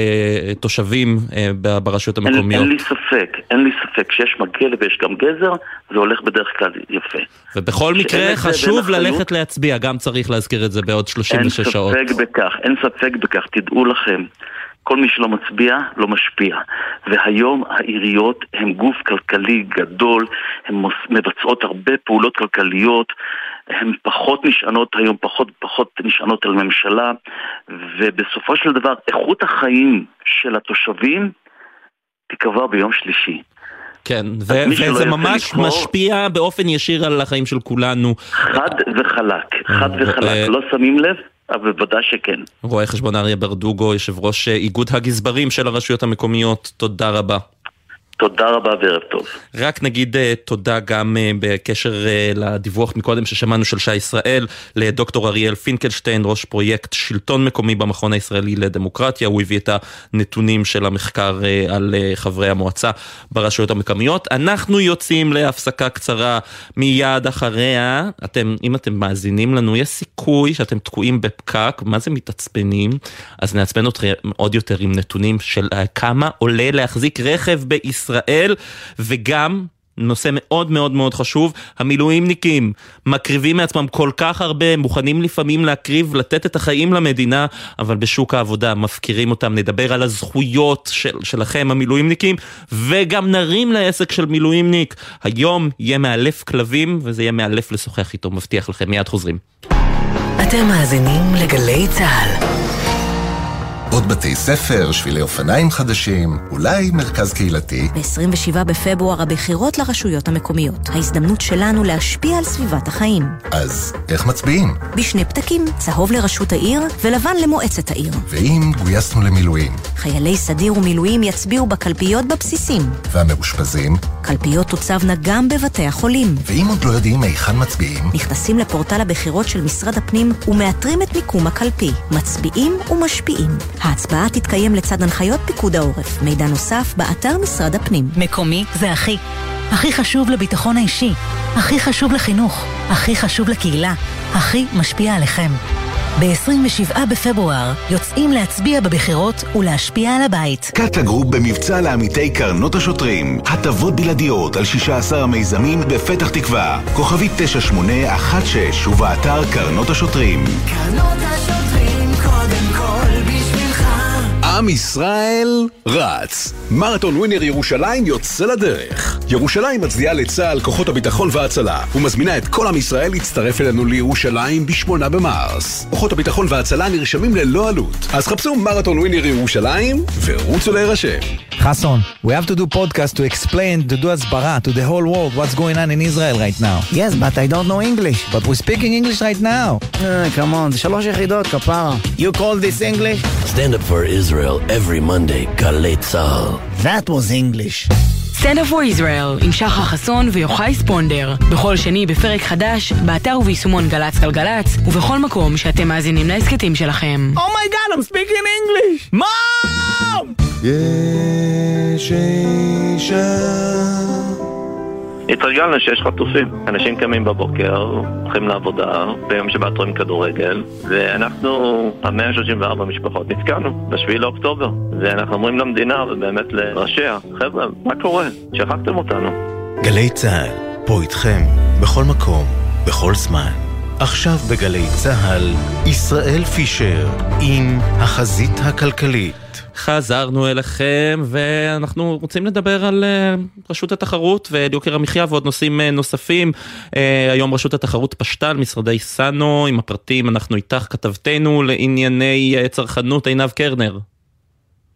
התושבים ברשויות המקומיות. אין לי ספק שיש מגל ויש גם גזר, זה הולך בדרך כלל יפה. ובכל מקרה חשוב ללכת להצביע, גם צריך להזכיר את זה בעוד 36 שעות. אין ספק בכך, תדעו לכם, כל מי שלא מצביע לא משפיע. והיום העיריות הם גוף כלכלי גדול, הן מבצעות הרבה פעולות כלכליות, הן פחות נשענות היום, פחות נשענות על ממשלה, ובסופו של דבר איכות החיים של התושבים תיקבע ביום שלישי. כן, וזה ממש משפיע באופן ישיר על החיים של כולנו. חד וחלק, לא שמים לב, אבל בוודאי שכן. רואה חשבון אריה ברדוגו, יושב ראש איגוד הגזברים של הרשויות המקומיות, תודה רבה. תודה רבה וערב טוב. רק נגיד תודה גם בקשר לדיווח מקודם ששמענו של שי ישראל, לדוקטור אריאל פינקלשטיין, ראש פרויקט שלטון מקומי במכון הישראלי לדמוקרטיה. הוא הביא את הנתונים של המחקר על חברי המועצה ברשויות המקומיות. אנחנו יוצאים להפסקה קצרה מיד אחריה. אם אתם מאזינים לנו, יש סיכוי שאתם תקועים בפקק, מה זה מתעצבנים? אז נעצבן אתכם עוד יותר עם נתונים של כמה עולה להחזיק רכב בישראל, וגם נושא מאוד מאוד מאוד חשוב, המילואימניקים מקריבים מעצמם כל כך הרבה, מוכנים לפעמים להקריב, לתת את החיים למדינה, אבל בשוק העבודה מפקירים אותם. נדבר על הזכויות שלכם המילואימניקים, וגם נרים לעסק של מילואימניק. היום יהיה מאלף כלבים, וזה יהיה מאלף לשוחח איתו, מבטיח לכם. מיד חוזרים. אתם מאזינים לגלי צהל. עוד בתי ספר, שבילי אופניים חדשים, אולי מרכז קהילתי. ב-27 בפברואר הבחירות לרשויות המקומיות. ההזדמנות שלנו להשפיע על סביבת החיים. אז איך מצביעים? בשני פתקים, צהוב לרשות העיר ולבן למועצת העיר. ואם גויסנו למילואים? חיילי סדיר ומילואים יצביעו בקלפיות בבסיסים. והמאושפזים? קלפיות תוצבנה גם בבתי החולים. ואם עוד לא יודעים היכן מצביעים? נכנסים לפורטל הבחירות של משרד הפנים ומאתרים את מיקום הקלפי. מצביעים ומשפיעים. ההצבעה תתקיים לצד הנחיות פיקוד העורף. מידע נוסף באתר משרד הפנים. מקומי זה הכי חשוב לביטחון האישי, הכי חשוב לחינוך, הכי חשוב לקהילה, הכי משפיע עליכם. ב-27 בפברואר יוצאים להצביע בבחירות ולהשפיע על הבית. קאטה גרופ במבצע לעמיתי קרנות השוטרים. הטבות בלעדיות על 16 מיזמים בפתח תקווה. כוכבית 9816 ובאתר קרנות השוטרים. קרנות השוטרים קודם כל בשבילך. עם ישראל רץ. מרתון ווינר ירושלים יוצא לדרך. ירושלים מצדיעה לצה"ל, כוחות הביטחון וההצלה, ומזמינה את כל עם ישראל להצטרף אלינו לירושלים ב-8 במרס. כוחות הביטחון וההצלה נרשמים ללא עלות. אז חפשו מרתון ווינר ירושלים ורוצו להירשם. Hassan, we have to do podcast to explain, to do הסברה to the whole world what's going on in Israel right now. Yes, but I don't know English. But we're speaking English right now. Come on, 3 יחידות, כפרה. You call this English? Stand up for Israel every Monday, גלי צהל. That was English. Stand up for Israel עם שחר חסון ויוחאי ספונדר. בכל שני בפרק חדש, באתר וביישומון גלץ גלגלץ, ובכל מקום שאתם מאזינים להסכתים שלכם. Oh my God, I'm speaking English! Mom! יש אישה. התרגלנו שיש חטופים. אנשים קמים בבוקר, הולכים לעבודה, ביום שבת רואים כדורגל, ואנחנו, 134 משפחות, נתקענו ב7 לאוקטובר. ואנחנו אומרים למדינה, ובאמת לראשיה, חבר'ה, מה קורה? שכחתם אותנו. גלי צהל, פה איתכם, בכל מקום, בכל זמן. עכשיו בגלי צהל, ישראל פישר, עם החזית הכלכלית. חזרנו אליכם, ואנחנו רוצים לדבר על רשות התחרות ועל יוקר המחיה ועוד נושאים נוספים. היום רשות התחרות פשטה על משרדי סנו. עם הפרטים אנחנו איתך, כתבתנו לענייני צרכנות עינב קרנר.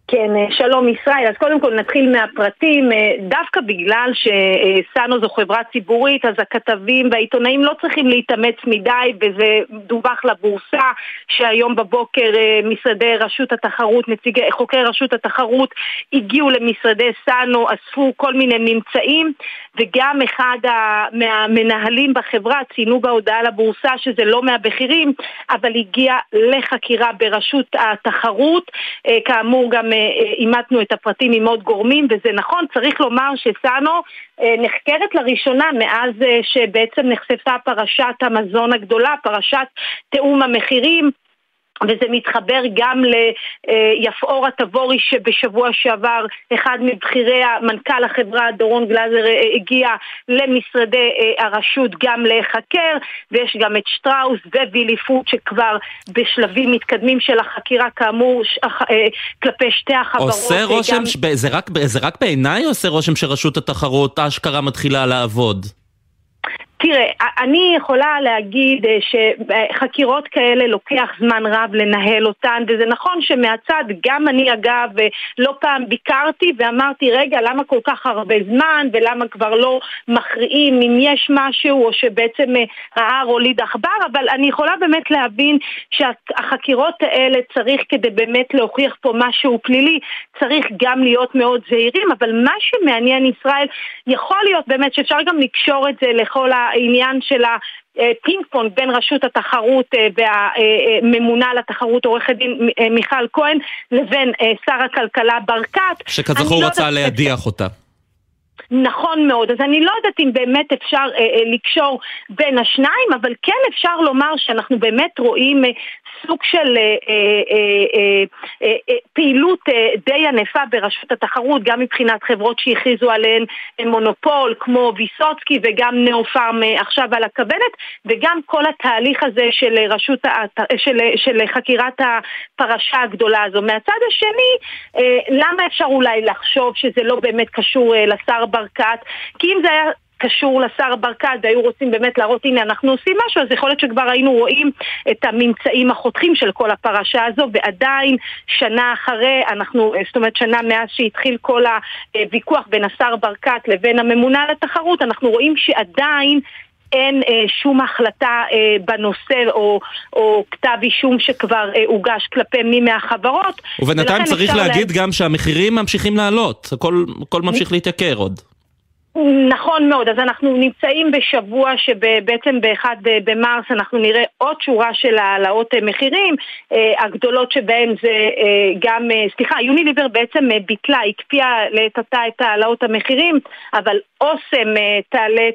כן, שלום ישראל. אז קודם כל נתחיל מהפרטים. דווקא בגלל שסאנו זו חברה ציבורית, אז הכתבים והעיתונאים לא צריכים להתאמץ מדי, וזה דווח לבורסה שהיום בבוקר משרדי רשות התחרות, חוקרי רשות התחרות הגיעו למשרדי סאנו, אספו כל מיני ממצאים, וגם אחד מהמנהלים בחברה ציינו בהודעה לבורסה שזה לא מהבכירים, אבל הגיע לחקירה ברשות התחרות. כאמור גם אימתנו את הפרטים עם עוד גורמים, וזה נכון, צריך לומר שסאנו נחקרת לראשונה מאז שבעצם נחשפה פרשת המזון הגדולה, פרשת תאום המחירים, וזה מתחבר גם ליפאור התבורי שבשבוע שעבר אחד מבחירי מנכ"ל החברה דורון גלזר הגיע למשרדי הרשות גם להיחקר, ויש גם את שטראוס ווילי פוד שכבר בשלבים מתקדמים של החקירה כאמור כלפי שתי החברות. עושה רושם, זה רק בעיניי עושה רושם שרשות התחרות אשכרה מתחילה לעבוד? תראה, אני יכולה להגיד שחקירות כאלה לוקח זמן רב לנהל אותן, וזה נכון שמהצד גם אני אגב לא פעם ביקרתי ואמרתי רגע למה כל כך הרבה זמן ולמה כבר לא מכריעים אם יש משהו או שבעצם ההר הוליד עכבר, אבל אני יכולה באמת להבין שהחקירות האלה צריך כדי באמת להוכיח פה משהו פלילי, צריך גם להיות מאוד זהירים, אבל מה שמעניין ישראל יכול להיות באמת שאפשר גם לקשור את זה לכל העניין של הפינג פונג בין רשות התחרות והממונה על התחרות עורכת דין מיכל כהן לבין שר הכלכלה ברקת, שכזכור רצה להדיח אותה. נכון מאוד, אז אני לא יודעת אם באמת אפשר לקשור בין השניים, אבל כן אפשר לומר שאנחנו באמת רואים סוג של פעילות די ענפה ברשות התחרות, גם מבחינת חברות שהכריזו עליהן מונופול, כמו ויסוצקי וגם נאופרם עכשיו על הכוונת, וגם כל התהליך הזה של חקירת הפרשה הגדולה הזו. מהצד השני, למה אפשר אולי לחשוב שזה לא באמת קשור לשר ברקת? כי אם זה היה קשור לשר ברקת והיו רוצים באמת להראות הנה אנחנו עושים משהו, אז יכול להיות שכבר היינו רואים את הממצאים החותכים של כל הפרשה הזו, ועדיין שנה אחרי, זאת אומרת שנה מאז שהתחיל כל הוויכוח בין השר ברקת לבין הממונה על התחרות, אנחנו רואים שעדיין אין שום החלטה בנושא או כתב אישום שכבר הוגש כלפי מי מהחברות. ובינתיים צריך להגיד גם שהמחירים ממשיכים לעלות, הכל ממשיך להתייקר עוד. נכון מאוד, אז אנחנו נמצאים בשבוע שבעצם ב1 במרס אנחנו נראה עוד שורה של העלאות מחירים, הגדולות שבהן זה גם, יוניליבר בעצם ביטלה, הקפיאה לתתה את העלאות המחירים, אבל אוסם תעלה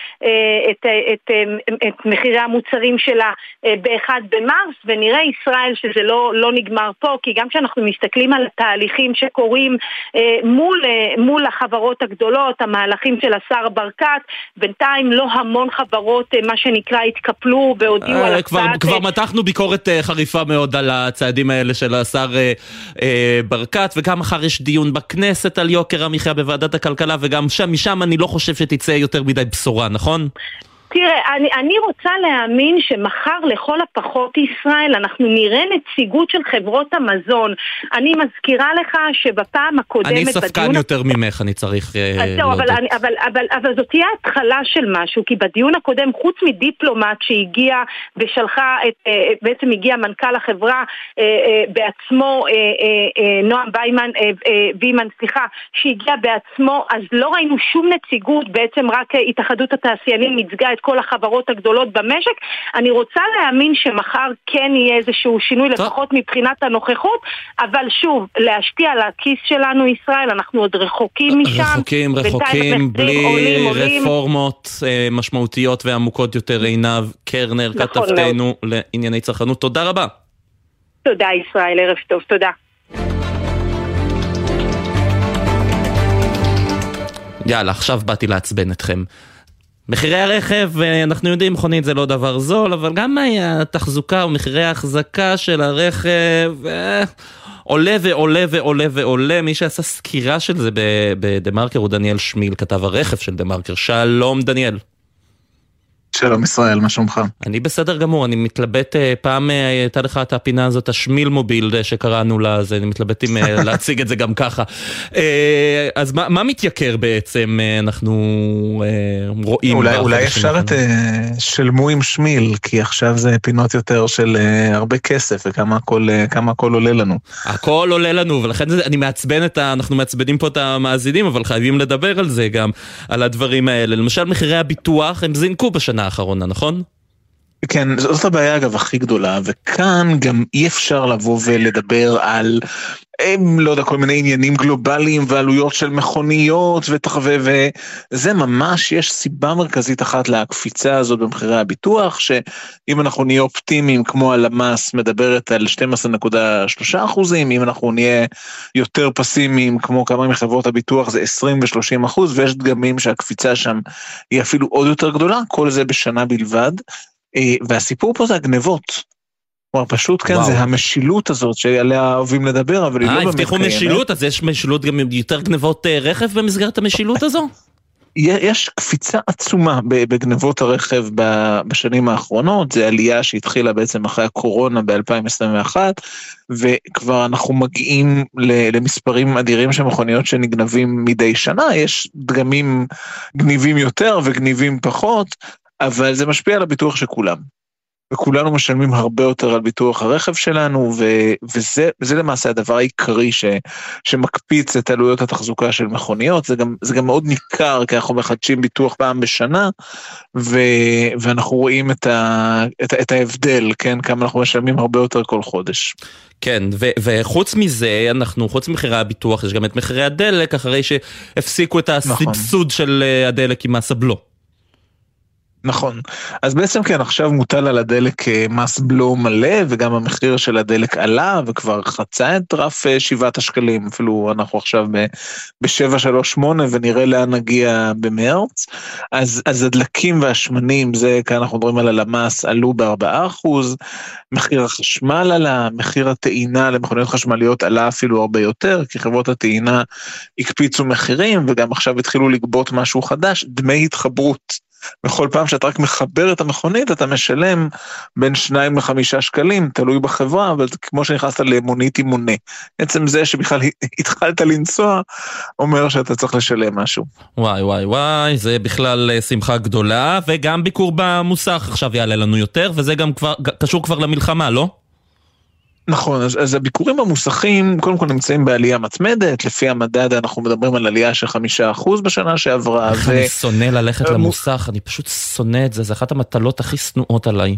את מחירי המוצרים שלה ב1 במרס, ונראה ישראל שזה לא נגמר פה, כי גם כשאנחנו מסתכלים על התהליכים שקורים מול החברות הגדולות, המהלכים של השר ברקת, בינתיים לא המון חברות מה שנקרא התקפלו והודיעו על הצעד. כבר מתחנו ביקורת חריפה מאוד על הצעדים האלה של השר ברקת, וגם מחר יש דיון בכנסת על יוקר המחיה בוועדת הכלכלה, וגם משם אני לא חושב שתצא יותר מדי בשורה, נכון? תראה, אני רוצה להאמין שמחר לכל הפחות ישראל אנחנו נראה נציגות של חברות המזון. אני מזכירה לך שבפעם הקודמת... אני ספקן יותר ממך, אני צריך... אבל זאת תהיה התחלה של משהו, כי בדיון הקודם, חוץ מדיפלומט שהגיע ושלחה, בעצם הגיע מנכ"ל החברה בעצמו, נועם וימן, שהגיע בעצמו, אז לא ראינו שום נציגות, בעצם רק התאחדות התעשיינים ייצגה את כל החברות הגדולות במשק. אני רוצה להאמין שמחר כן יהיה איזשהו שינוי, לפחות מבחינת הנוכחות, אבל שוב, להשפיע על הכיס שלנו ישראל, אנחנו עוד רחוקים משם. רחוקים, בלי רפורמות משמעותיות ועמוקות יותר. עינב קרנר, כתבתנו לענייני צרכנות. תודה רבה. תודה ישראל, ערב טוב, תודה. יאללה, עכשיו באתי לעצבן אתכם. מחירי הרכב, אנחנו יודעים, מכונית זה לא דבר זול, אבל גם התחזוקה ומחירי ההחזקה של הרכב עולה ועולה ועולה ועולה. מי שעשה סקירה של זה בדמרקר הוא דניאל שמיל, כתב הרכב של דמרקר. שלום דניאל. שלום ישראל, מה שלומך? אני בסדר גמור, אני מתלבט, פעם הייתה לך את הפינה הזאת, השמיל מוביל שקראנו לה, אז אני מתלבט אם להציג את זה גם ככה. אז מה מתייקר בעצם, אנחנו רואים? אולי אפשר את שלמו עם שמיל, כי עכשיו זה פינות יותר של הרבה כסף, וכמה הכל עולה לנו. הכל עולה לנו, ולכן אנחנו מעצבנים פה את המאזינים, אבל חייבים לדבר על זה גם, על הדברים האלה. למשל, מחירי הביטוח, הם זינקו בשנה האחרונה, נכון? כן, זאת הבעיה אגב הכי גדולה, וכאן גם אי אפשר לבוא ולדבר על, לא יודע, כל מיני עניינים גלובליים ועלויות של מכוניות וזה ממש, יש סיבה מרכזית אחת לקפיצה הזאת במחירי הביטוח, שאם אנחנו נהיה אופטימיים כמו הלמ"ס מדברת על 12.3%, אם אנחנו נהיה יותר פסימיים כמו כמה מחברות הביטוח זה 20% ו-30%, ויש דגמים שהקפיצה שם היא אפילו עוד יותר גדולה, כל זה בשנה בלבד. והסיפור פה זה הגנבות. כלומר, פשוט כן, זה המשילות הזאת שעליה אוהבים לדבר, אבל היא לא באמת הבטיחו קיימת. משילות, אז יש משילות גם יותר גנבות רכב במסגרת המשילות הזו? יש קפיצה עצומה בגנבות הרכב בשנים האחרונות, זה עלייה שהתחילה בעצם אחרי הקורונה ב-2021, וכבר אנחנו מגיעים למספרים אדירים של מכוניות שנגנבים מדי שנה, יש דגמים גניבים יותר וגניבים פחות, אבל זה משפיע על הביטוח של כולם. וכולנו משלמים הרבה יותר על ביטוח הרכב שלנו, וזה למעשה הדבר העיקרי שמקפיץ את עלויות התחזוקה של מכוניות, זה גם מאוד ניכר, כי אנחנו מחדשים ביטוח פעם בשנה, ואנחנו רואים את ההבדל, כן, כמה אנחנו משלמים הרבה יותר כל חודש. כן, וחוץ מזה, חוץ מחירי הביטוח, יש גם את מחירי הדלק, אחרי שהפסיקו את הסבסוד של הדלק עם מס הבלו. נכון, אז בעצם כן, עכשיו מוטל על הדלק מס בלו מלא, וגם המחיר של הדלק עלה, וכבר חצה את רף 7 שקלים, אפילו אנחנו עכשיו ב-738, ונראה לאן נגיע במרץ, אז הדלקים והשמנים, זה כאן אנחנו מדברים על הלמ"ס, עלו ב4%, מחיר החשמל עלה, מחיר הטעינה למכוניות חשמליות עלה אפילו הרבה יותר, כי חברות הטעינה הקפיצו מחירים, וגם עכשיו התחילו לגבות משהו חדש, דמי התחברות. בכל פעם שאתה רק מחבר את המכונית, אתה משלם בין 2 ל-5 שקלים, תלוי בחברה, אבל כמו שנכנסת למונית עם מונה. בעצם זה שבכלל התחלת לנסוע, אומר שאתה צריך לשלם משהו. וואי וואי וואי, זה בכלל שמחה גדולה, וגם ביקור במוסך עכשיו יעלה לנו יותר, וזה גם קשור כבר למלחמה, לא? נכון, אז הביקורים במוסכים קודם כל נמצאים בעלייה מתמדת, לפי המדד אנחנו מדברים על עלייה של 5% בשנה שעברה. אני שונא ללכת למוסך, אני פשוט שונא את זה, זה אחת המטלות הכי שנואות עליי.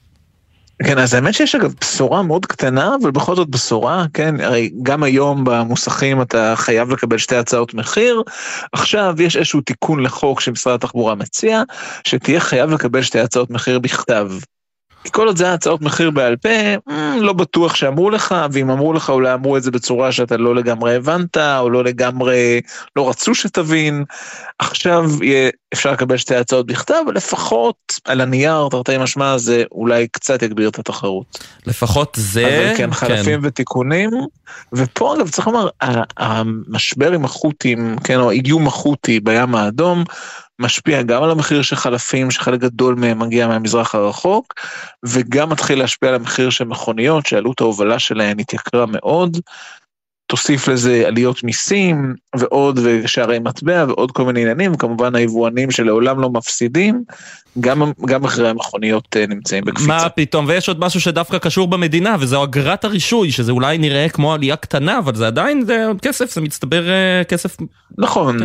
כן, אז האמת שיש אגב בשורה מאוד קטנה, אבל בכל זאת בשורה, כן, הרי גם היום במוסכים אתה חייב לקבל 2 הצעות מחיר, עכשיו יש איזשהו תיקון לחוק שמשרד התחבורה מציע, שתהיה חייב לקבל 2 הצעות מחיר בכתב. כי כל עוד זה הצעות מחיר בעל פה, לא בטוח שאמרו לך, ואם אמרו לך אולי אמרו את זה בצורה שאתה לא לגמרי הבנת, או לא לגמרי, לא רצו שתבין, עכשיו אפשר לקבל 2 הצעות בכתב, לפחות על הנייר, תרתי משמע, זה אולי קצת יגביר את התחרות. לפחות זה, אבל כן, חלפים ותיקונים, ופה אגב צריך לומר, המשבר עם החות'ים, כן, או איום החות'י בים האדום, משפיע גם על המחיר של חלפים, שחלק גדול מהם מגיע מהמזרח הרחוק, וגם מתחיל להשפיע על המחיר של מכוניות, שעלות ההובלה שלהן התייקרה מאוד, תוסיף לזה עליות מיסים, ועוד ושערי מטבע, ועוד כל מיני עניינים, וכמובן היבואנים שלעולם לא מפסידים, גם מחירי המכוניות נמצאים בקפיצה. מה פתאום, ויש עוד משהו שדווקא קשור במדינה, וזו אגרת הרישוי, שזה אולי נראה כמו עלייה קטנה, אבל זה עדיין זה כסף, זה מצטבר כסף. נכון.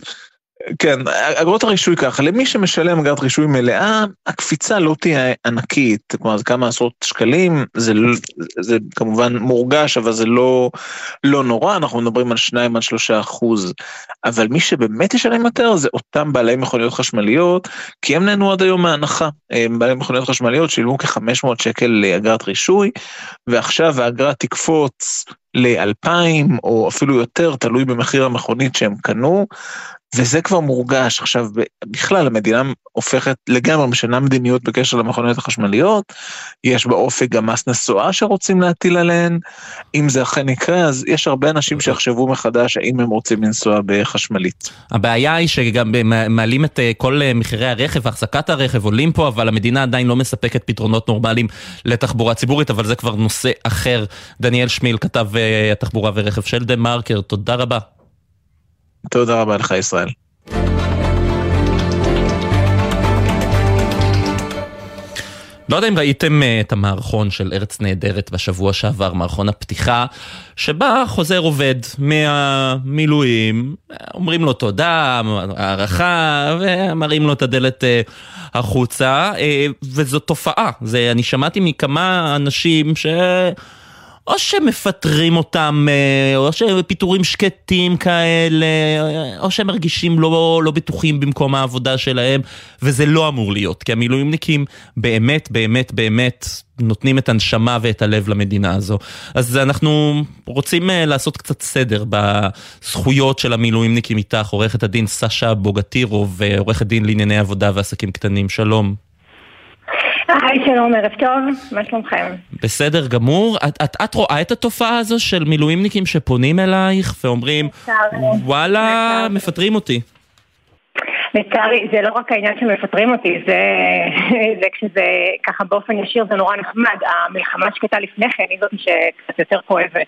כן, אגרות הרישוי ככה, למי שמשלם אגרת רישוי מלאה, הקפיצה לא תהיה ענקית, כלומר זה כמה עשרות שקלים, זה כמובן מורגש, אבל זה לא נורא, אנחנו מדברים על 2-3%, אבל מי שבאמת ישלם יותר, זה אותם בעלי מכוניות חשמליות, כי הם נהנו עד היום מההנחה, בעלי מכוניות חשמליות שילמו כ-500 שקל לאגרת רישוי, ועכשיו האגרה תקפוץ ל-2,000 או אפילו יותר, תלוי במחיר המכונית שהם קנו, וזה כבר מורגש. עכשיו, בכלל המדינה הופכת לגמרי, משנה מדיניות בקשר למכוניות החשמליות, יש באופק גם מס נסועה שרוצים להטיל עליהן, אם זה אכן יקרה, אז יש הרבה אנשים שיחשבו מחדש האם הם רוצים לנסוע בחשמלית. הבעיה היא שגם מעלים את כל מחירי הרכב, החזקת הרכב עולים פה, אבל המדינה עדיין לא מספקת פתרונות נורמליים לתחבורה ציבורית, אבל זה כבר נושא אחר. דניאל שמיל, כתב התחבורה ורכב של דה מרקר, תודה רבה. תודה רבה לך ישראל. לא יודע אם ראיתם את המערכון של ארץ נהדרת בשבוע שעבר, מערכון הפתיחה, שבה חוזר עובד מהמילואים, אומרים לו תודה, הערכה, ומראים לו את הדלת החוצה, וזו תופעה. אני שמעתי מכמה אנשים או שמפטרים אותם, או שפיטורים שקטים כאלה, או שהם מרגישים לא בטוחים במקום העבודה שלהם, וזה לא אמור להיות, כי המילואימניקים באמת, באמת, באמת נותנים את הנשמה ואת הלב למדינה הזו. אז אנחנו רוצים לעשות קצת סדר בזכויות של המילואימניקים איתך, עורכת הדין סשה בוגטירוב, ועורכת דין לענייני עבודה ועסקים קטנים. שלום. היי, שלום, ערב טוב, מה שלומכם? בסדר גמור. את רואה את התופעה הזו של מילואימניקים שפונים אלייך ואומרים, וואלה, מפטרים אותי? לצערי, זה לא רק העניין שמפטרים אותי, זה כשזה ככה באופן ישיר, זה נורא נחמד. המלחמה שקטה לפני כן, היא זאת שקצת יותר כואבת.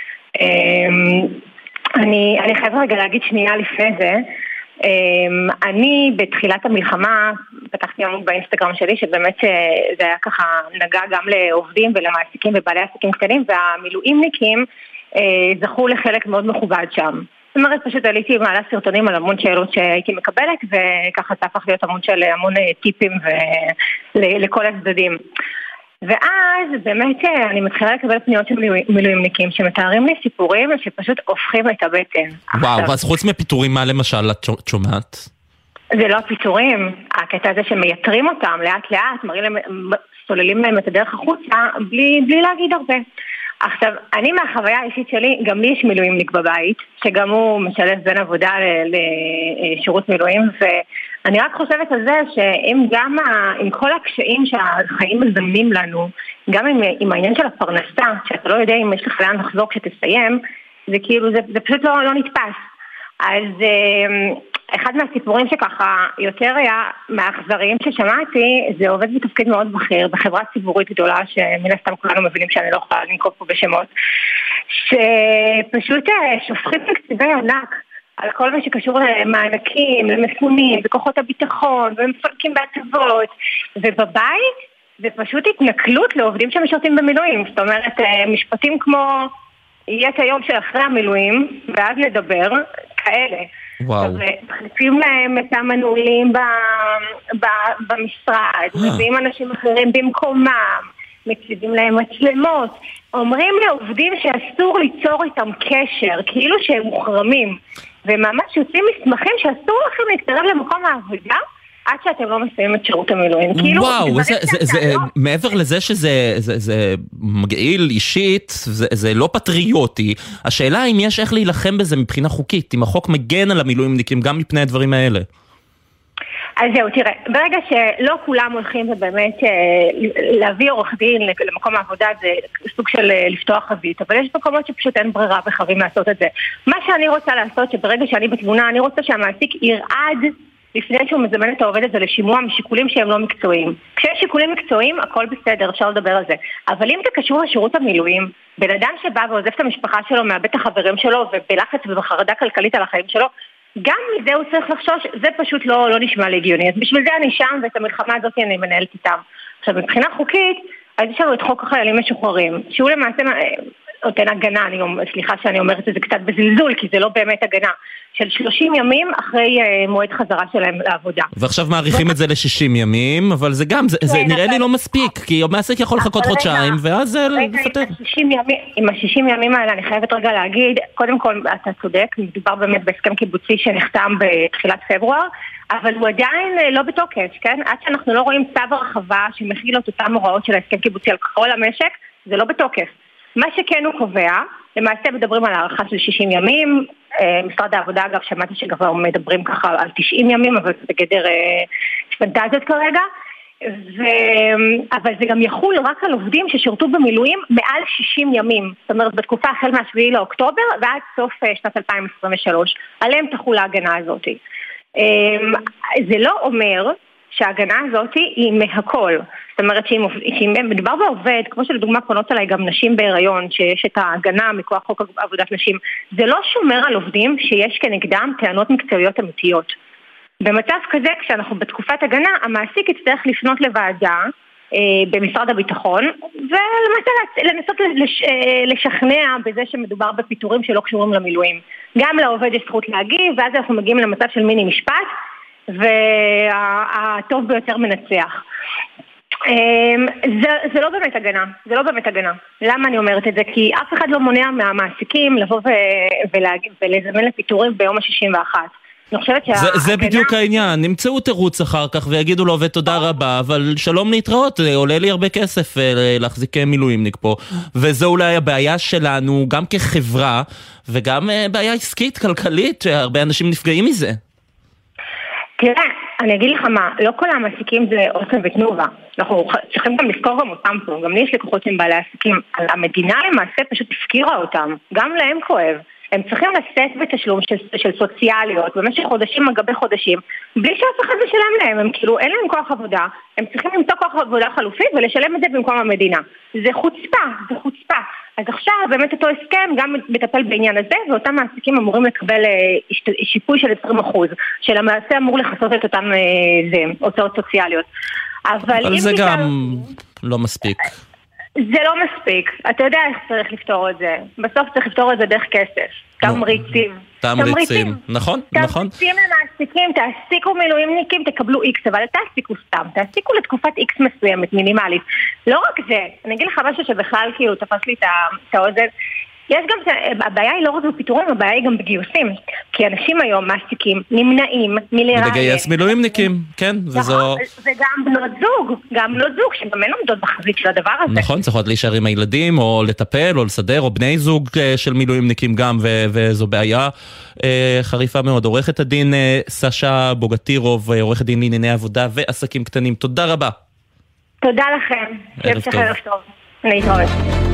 אני חייב רגע להגיד שנייה לפני זה, אני בתחילת המלחמה פתחתי עמוד באינסטגרם שלי שבאמת זה היה ככה נגע גם לעובדים ולמעסיקים ובעלי עסקים קטנים, והמילואימניקים זכו לחלק מאוד מכובד שם. זאת אומרת, פשוט עליתי מעלה סרטונים על המון שאלות שהייתי מקבלת, וככה זה הפך להיות עמוד של המון טיפים לכל הצדדים. ואז באמת אני מתחילה לקבל פניות של מילואימניקים שמתארים לי סיפורים שפשוט הופכים את הבטן. וואו, אז חוץ מפיטורים, מה למשל את שומעת? זה לא הפיטורים, הקטע הזה שמייתרים אותם לאט לאט, סוללים להם את הדרך החוצה בלי להגיד הרבה. עכשיו, אני מהחוויה האישית שלי, גם לי יש מילואימניק בבית, שגם הוא משלב בין עבודה לשירות מילואים, ואני רק חושבת על זה שאם גם עם כל הקשיים שהחיים מזמנים לנו, גם עם העניין של הפרנסה, שאתה לא יודע אם יש לך לאן לחזור כשתסיים, זה כאילו, זה פשוט לא נתפס. אז אחד מהסיפורים שככה יותר היה מהאכזריים ששמעתי, זה עובד בתפקיד מאוד בכיר בחברה ציבורית גדולה, שמן הסתם כולנו מבינים שאני לא יכולה לנקוב פה בשמות, שפשוט שופכים תקציבי ענק על כל מה שקשור למענקים, למפונים, בכוחות הביטחון, ומפרקים בהטבות, ובבית זה פשוט התנכלות לעובדים שמשרתים במילואים. זאת אומרת, משפטים כמו יהיה את היום שאחרי המילואים, ואז לדבר, כאלה. וואו. מחליפים להם את המנעולים במשרד, מביאים אנשים אחרים במקומם, מציבים להם מצלמות, אומרים לעובדים שאסור ליצור איתם קשר, כאילו שהם מוחרמים, וממש יוצאים מסמכים שאסור לכם להתקרב למקום העבודה, עד שאתם לא מסיימים את שירות המילואים. וואו, מעבר לזה שזה מגעיל אישית, זה לא פטריוטי. השאלה אם יש איך להילחם בזה מבחינה חוקית, אם החוק מגן על המילואימניקים גם מפני הדברים האלה. אז זהו, תראה, ברגע שלא כולם הולכים ובאמת להביא עורך דין למקום העבודה, זה סוג של לפתוח חזית, אבל יש מקומות שפשוט אין ברירה וחייבים לעשות את זה. מה שאני רוצה לעשות, שברגע שאני בתמונה, אני רוצה שהמעסיק ירעד לפני שהוא מזמן את העובד הזה לשימוע משיקולים שהם לא מקצועיים. כשיש שיקולים מקצועיים, הכל בסדר, אפשר לדבר על זה. אבל אם זה קשור לשירות המילואים, בן אדם שבא ועוזב את המשפחה שלו, מאבד את החברים שלו, ובלחץ ובחרדה כלכלית על החיים שלו, גם מזה הוא צריך לחשוש, זה פשוט לא נשמע להגיוני. אז בשביל זה אני שם, ואת המלחמה הזאת אני מנהלת איתם. עכשיו, מבחינה חוקית, אז יש לנו את חוק החיילים משוחררים, שהוא למעשה נותן הגנה, סליחה שאני אומרת את זה קצת בזלזול, כי זה לא באמת הגנה, של 30 ימים אחרי מועד חזרה שלהם לעבודה. ועכשיו מעריכים את זה ל-60 ימים, אבל זה גם, זה נראה לי לא מספיק, כי המעסיק יכול לחכות חודשיים, ואז זה לפטר. עם ה-60 ימים האלה אני חייבת רגע להגיד, קודם כל אתה צודק, מדובר באמת בהסכם קיבוצי שנחתם בתחילת פברואר, אבל הוא עדיין לא בתוקף, כן? עד שאנחנו לא רואים צו הרחבה שמכיל את אותם הוראות של ההסכם קיבוצי על כל המשק, זה לא בתוקף. מה שכן הוא קובע, למעשה מדברים על הערכה של 60 ימים, משרד העבודה אגב שמעתי שכבר מדברים ככה על 90 ימים, אבל זה בגדר פנטזיות כרגע, אבל זה גם יחול רק על עובדים ששירתו במילואים מעל 60 ימים, זאת אומרת בתקופה החל מה-7 לאוקטובר ועד סוף שנת 2023, עליהם תחול ההגנה הזאת. זה לא אומר שההגנה הזאת היא מהכל, זאת אומרת שאם מדובר בעובד, כמו שלדוגמה פונות עליי גם נשים בהיריון, שיש את ההגנה מכוח חוק עבודת נשים, זה לא שומר על עובדים שיש כנגדם טענות מקצועיות אמיתיות. במצב כזה, כשאנחנו בתקופת הגנה, המעסיק יצטרך לפנות לוועדה במשרד הביטחון, ולמעשה לנסות לשכנע בזה שמדובר בפיטורים שלא קשורים למילואים. גם לעובד יש זכות להגיב, ואז אנחנו מגיעים למצב של מיני משפט, והטוב ביותר מנצח. זה לא באמת הגנה, זה לא באמת הגנה. למה אני אומרת את זה? כי אף אחד לא מונע מהמעסיקים לבוא ולזמן לפיטורים ביום ה-61. זה בדיוק העניין, נמצאו תירוץ אחר כך ויגידו לו ותודה רבה, אבל שלום להתראות, עולה לי הרבה כסף להחזיק מילואימניק פה, וזו אולי הבעיה שלנו גם כחברה וגם בעיה עסקית, כלכלית, שהרבה אנשים נפגעים מזה. תראה, אני אגיד לך מה, לא כל המעסיקים זה אוסם ותנובה, אנחנו צריכים גם לזכור גם אותם פה, גם לי יש לקוחות עם בעלי עסקים, המדינה למעשה פשוט הפקירה אותם, גם להם כואב. הם צריכים לשאת בתשלום של סוציאליות במשך חודשים על גבי חודשים, בלי שאף אחד משלם להם, הם כאילו אין להם כוח עבודה, הם צריכים למצוא כוח עבודה חלופי ולשלם את זה במקום המדינה. זה חוצפה, זה חוצפה. אז עכשיו באמת אותו הסכם גם מטפל בעניין הזה, ואותם מעסיקים אמורים לקבל שיפוי של 20%, שלמעשה אמור לחסות את אותם הוצאות סוציאליות. אבל זה גם לא מספיק. זה לא מספיק. אתה יודע איך צריך לפתור את זה. בסוף צריך לפתור את זה דרך כסף. תמריצים. תמריצים. נכון, נכון. תמריצים למעסיקים, תעסיקו מילואימניקים, תקבלו X, אבל תעסיקו סתם. תעסיקו לתקופת X מסוימת, מינימלית. לא רק זה. אני אגיד לך משהו שבכלל כאילו תפס לי את האוזן. יש גם, הבעיה היא לא רק בפיטורים, הבעיה היא גם בגיוסים. כי אנשים היום מעסיקים נמנעים מלראיין. לגייס מילואימניקים, כן. וגם בנות זוג, שגם אין עומדות בחזית של הדבר הזה. נכון, צריכות להישאר עם הילדים, או לטפל, או לסדר, או בני זוג של מילואימניקים גם, וזו בעיה חריפה מאוד. עורכת הדין סשה בוגטירוב, עורכת דין לענייני עבודה ועסקים קטנים. תודה רבה. תודה לכם. ערב טוב. להתראות.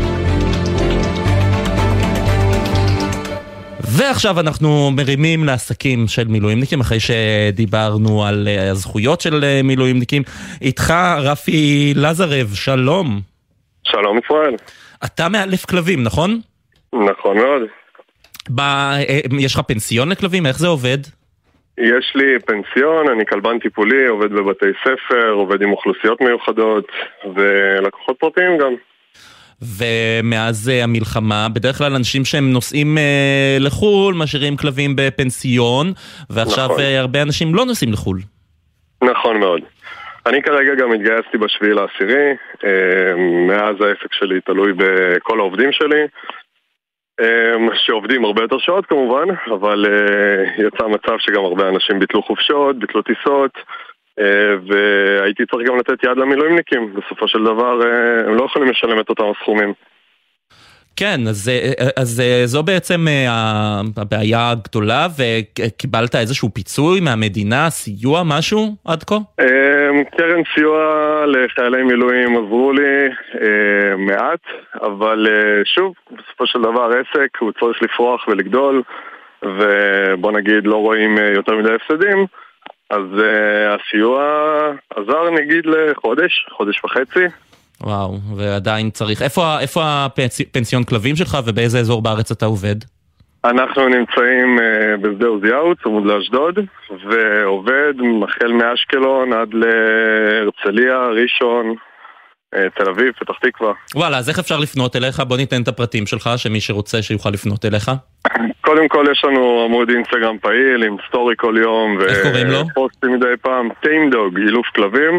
ועכשיו אנחנו מרימים לעסקים של מילואימניקים, אחרי שדיברנו על הזכויות של מילואימניקים. איתך רפי לזרב, שלום. שלום ישראל. אתה מאלף כלבים, נכון? נכון מאוד. יש לך פנסיון לכלבים? איך זה עובד? יש לי פנסיון, אני כלבן טיפולי, עובד בבתי ספר, עובד עם אוכלוסיות מיוחדות, ולקוחות פרטיים גם. ומאז המלחמה, בדרך כלל אנשים שהם נוסעים לחול, משאירים כלבים בפנסיון, ועכשיו נכון. הרבה אנשים לא נוסעים לחול. נכון מאוד. אני כרגע גם התגייסתי ב7/10, מאז העסק שלי תלוי בכל העובדים שלי, שעובדים הרבה יותר שעות כמובן, אבל יצא מצב שגם הרבה אנשים ביטלו חופשות, ביטלו טיסות, והייתי צריך גם לתת יד למילואימניקים. בסופו של דבר הם לא יכולים לשלם את אותם הסכומים. כן, אז זו בעצם הבעיה הגדולה, וקיבלת איזשהו פיצוי מהמדינה, סיוע, משהו עד כה? קרן סיוע לחיילי מילואים עזרו לי מעט, אבל שוב, בסופו של דבר עסק הוא צריך לפרוח ולגדול, ובוא נגיד לא רואים יותר מדי הפסדים, אז הסיוע עזר נגיד חודש וחצי. וואו, ועדיין צריך. איפה הפנסיון כלבים שלך ובאיזה אזור בארץ אתה עובד? אנחנו נמצאים בשדה עוזיהו, צמוד לאשדוד, ועובד החל מאשקלון עד להרצליה, ראשון, תל אביב, פתח תקווה. וואלה, אז איך אפשר לפנות אליך? בוא ניתן את הפרטים שלך, שמי שרוצה שיוכל לפנות אליך. קודם כל יש לנו עמוד אינסטגרם פעיל עם סטורי כל יום, איך קוראים לו? ופוסטים מדי פעם, טיימדוג, אילוף כלבים.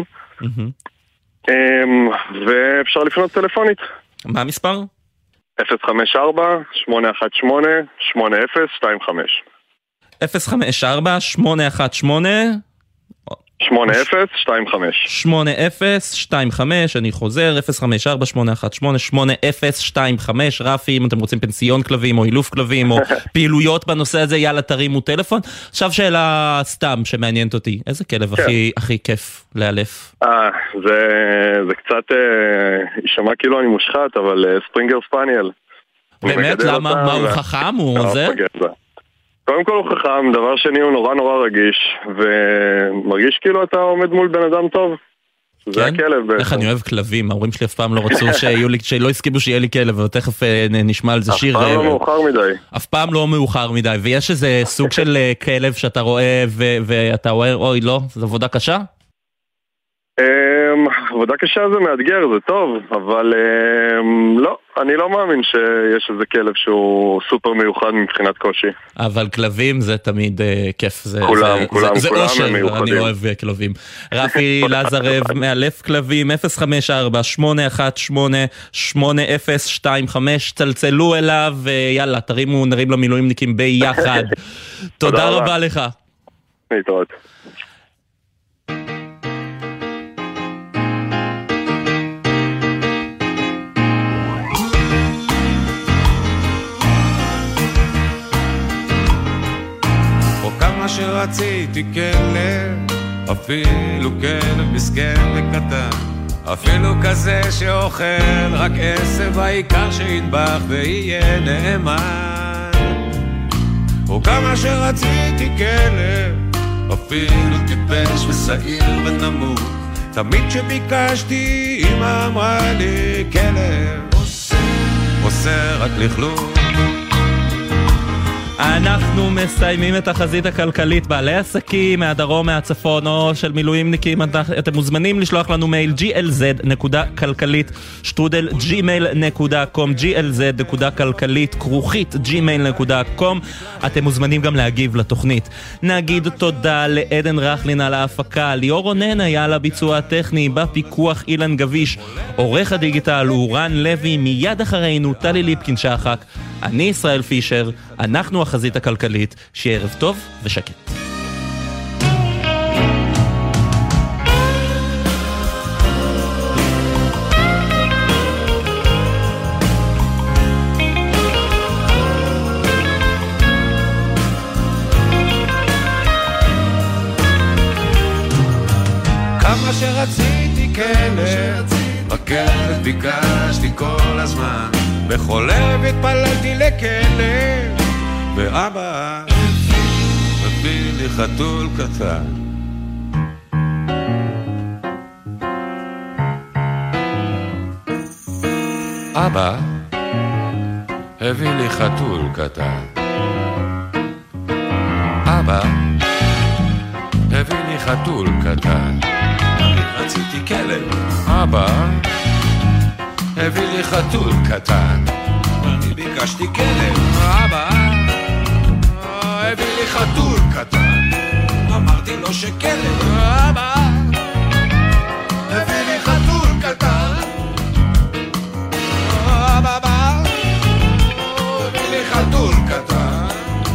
ואפשר לפנות טלפונית. מה המספר? 054-818-8025. 054-818 8025. 8025, אני חוזר, 054-818-8025. רפי, אם אתם רוצים פנסיון כלבים או אילוף כלבים או פעילויות בנושא הזה, יאללה תרימו טלפון. עכשיו שאלה סתם שמעניינת אותי, איזה כלב הכי כיף לאלף? זה קצת יישמע כאילו אני מושחת, אבל ספרינגר ספניאל. באמת? למה? מה, הוא חכם? הוא זה? קודם כל הוא חכם, דבר שני הוא נורא נורא רגיש, ומרגיש כאילו אתה עומד מול בן אדם טוב. זה הכלב בעצם. איך אני אוהב כלבים, ההורים שלי אף פעם לא רצו שלא הסכימו שיהיה לי כלב, ותכף נשמע על זה שיר. אף פעם לא מאוחר מדי. אף פעם לא מאוחר מדי, ויש איזה סוג של כלב שאתה רואה ואתה רואה, אוי לא, זו עבודה קשה? עבודה קשה זה מאתגר, זה טוב, אבל לא, אני לא מאמין שיש איזה כלב שהוא סופר מיוחד מבחינת קושי. אבל כלבים זה תמיד כיף, זה אושר, אני אוהב כלבים. רפי לזרב מאלף כלבים, 054-818-8025, צלצלו אליו, ויאללה, נרים למילואימניקים ביחד. תודה רבה לך. להתראות. שרציתי כלב, אפילו כלב מסכן וקטן, אפילו כזה שאוכל רק עשב, העיקר שידבח ויהיה נאמן. או כמה שרציתי כלב, אפילו טיפש וסעיר ונמוך, תמיד שביקשתי אמא אמרה לי כלב עושה רק לכלוך. אנחנו מסיימים את החזית הכלכלית. בעלי עסקים מהדרום, מהצפון או של מילואימניקים, אתם מוזמנים לשלוח לנו מייל glz.כלכלית@gmail.com glz.כלכלית@gmail.com. אתם מוזמנים גם להגיב לתוכנית. נגיד תודה לעדן רחלין על ההפקה, ליאור רונן היה על הביצוע הטכני, בפיקוח אילן גביש, עורך הדיגיטל הוא רן לוי, מיד אחרינו טלי ליפקין שחק, אני ישראל פישר, אנחנו החזית הכלכלית, שיהיה ערב טוב ושקט. כמה שרציתי כלב, בכלב ביקשתי כל הזמן, בכל לב התפללתי לכלב, ואבא הביא לי חתול קטן. אבא הביא לי חתול קטן. אבא הביא לי חתול קטן. אני רציתי כלב. אבא הביא לי חתול קטן. אני ביקשתי כלב. אבא הביא לי חתול קטן. אמרתי לו שכלב. אבא הביא לי חתול קטן. אבא הביא לי חתול קטן.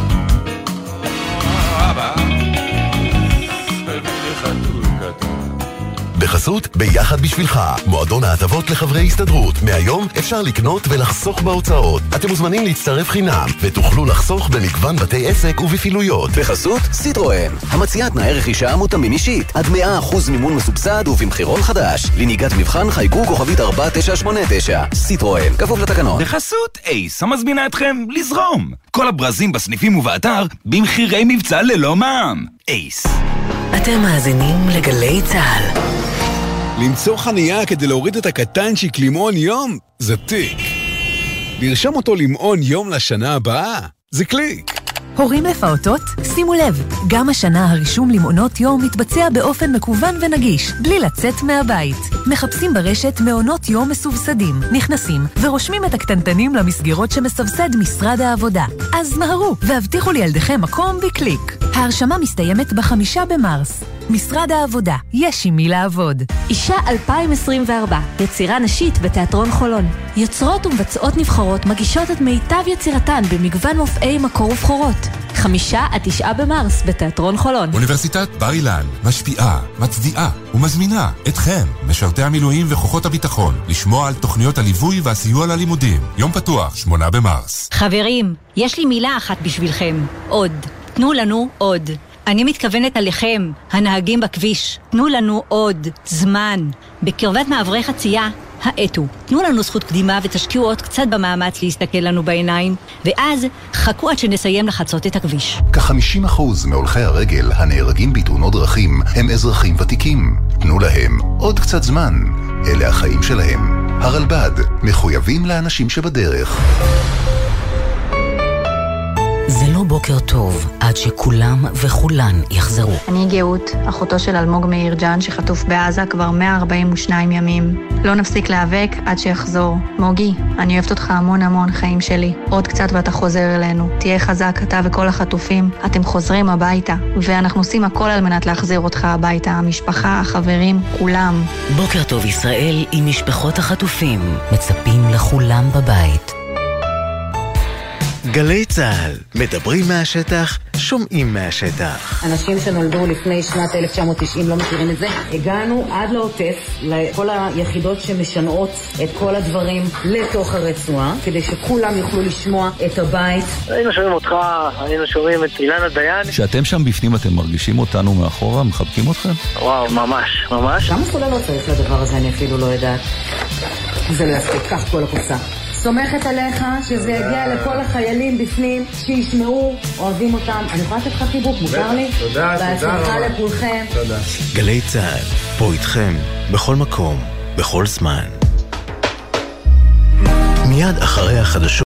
אבא הביא לי חתול קטן. בחסות ביחד בשבילך, מועדון ההטבות לחברי הסתדרות. מהיום אפשר לקנות ולחסוך בהוצאות. אתם מוזמנים להצטרף חינם ותוכלו לחסוך במגוון בתי עסק ובפעילויות. בחסות סיטרואן, המציעה תנאי רכישה מותאמים אישית, עד 100% מימון מסובסד ובמחירון חדש. לנהיגת מבחן חייגו כוכבית 4989. סיטרואן, כפוף לתקנון. בחסות אייס, המזמינה אתכם לזרום. כל הברזים בסניפים ובאתר במחירי מבצע ללא מע"מ. אייס. אתם מאזינים לגלי צהל. למצוא חנייה כדי להוריד את הקטנצ'יק למעון יום זה טיק. לרשום אותו למעון יום לשנה הבאה זה קליק. הורים לפעוטות? שימו לב, גם השנה הרישום למעונות יום מתבצע באופן מקוון ונגיש, בלי לצאת מהבית. מחפשים ברשת מעונות יום מסובסדים, נכנסים ורושמים את הקטנטנים למסגרות שמסבסד משרד העבודה. אז מהרו והבטיחו לילדיכם מקום בקליק. ההרשמה מסתיימת ב5 במרס. משרד העבודה, יש עם מי לעבוד. אישה 2024, יצירה נשית בתיאטרון חולון. יוצרות ומבצעות נבחרות מגישות את מיטב יצירתן במגוון מופעי מקור ובחורות. 5 עד 9 במרס בתיאטרון חולון. אוניברסיטת בר אילן משפיעה, מצדיעה ומזמינה אתכם, משרתי המילואים וכוחות הביטחון, לשמוע על תוכניות הליווי והסיוע ללימודים. יום פתוח, 8 במרס. חברים, יש לי מילה אחת בשבילכם. עוד. תנו לנו עוד. אני מתכוונת עליכם, הנהגים בכביש. תנו לנו עוד זמן. בקרבת מעברי חצייה, האטו. תנו לנו זכות קדימה ותשקיעו עוד קצת במאמץ להסתכל לנו בעיניים, ואז חכו עד שנסיים לחצות את הכביש. כ-50% מהולכי הרגל הנהרגים בתאונות דרכים הם אזרחים ותיקים. תנו להם עוד קצת זמן. אלה החיים שלהם. הרלב"ד, מחויבים לאנשים שבדרך. זה לא בוקר טוב עד שכולם וכולן יחזרו. אני גאות, אחותו של אלמוג מאיר ג'אן שחטוף בעזה כבר 142 ימים. לא נפסיק להיאבק עד שיחזור. מוגי, אני אוהבת אותך המון המון, חיים שלי. עוד קצת ואתה חוזר אלינו. תהיה חזק, אתה וכל החטופים. אתם חוזרים הביתה, ואנחנו עושים הכל על מנת להחזיר אותך הביתה. המשפחה, החברים, כולם. בוקר טוב ישראל עם משפחות החטופים. מצפים לכולם בבית. גלי צהל, מדברים מהשטח, שומעים מהשטח. אנשים שנולדו לפני שנת 1990 לא מכירים את זה. הגענו עד לעוטף, לכל היחידות שמשנעות את כל הדברים לתוך הרצועה, כדי שכולם יוכלו לשמוע את הבית. היינו שומעים אותך, היינו שומעים את אילנה דיין. כשאתם שם בפנים אתם מרגישים אותנו מאחורה, מחבקים אתכם? וואו, ממש, ממש. כמה סולה לא צריך לדבר הזה, אני אפילו לא יודעת. זה לא יספיק, כך כל הקופסה. סומכת עליך שזה יגיע לכל החיילים בפנים, שישמעו, אוהבים אותם. אני יכולה לתת לך חיבוק, מותר לי? תודה, תודה. בהצלחה לכולכם. תודה. גלי צהל, פה איתכם, בכל מקום, בכל זמן. מיד אחרי החדשות.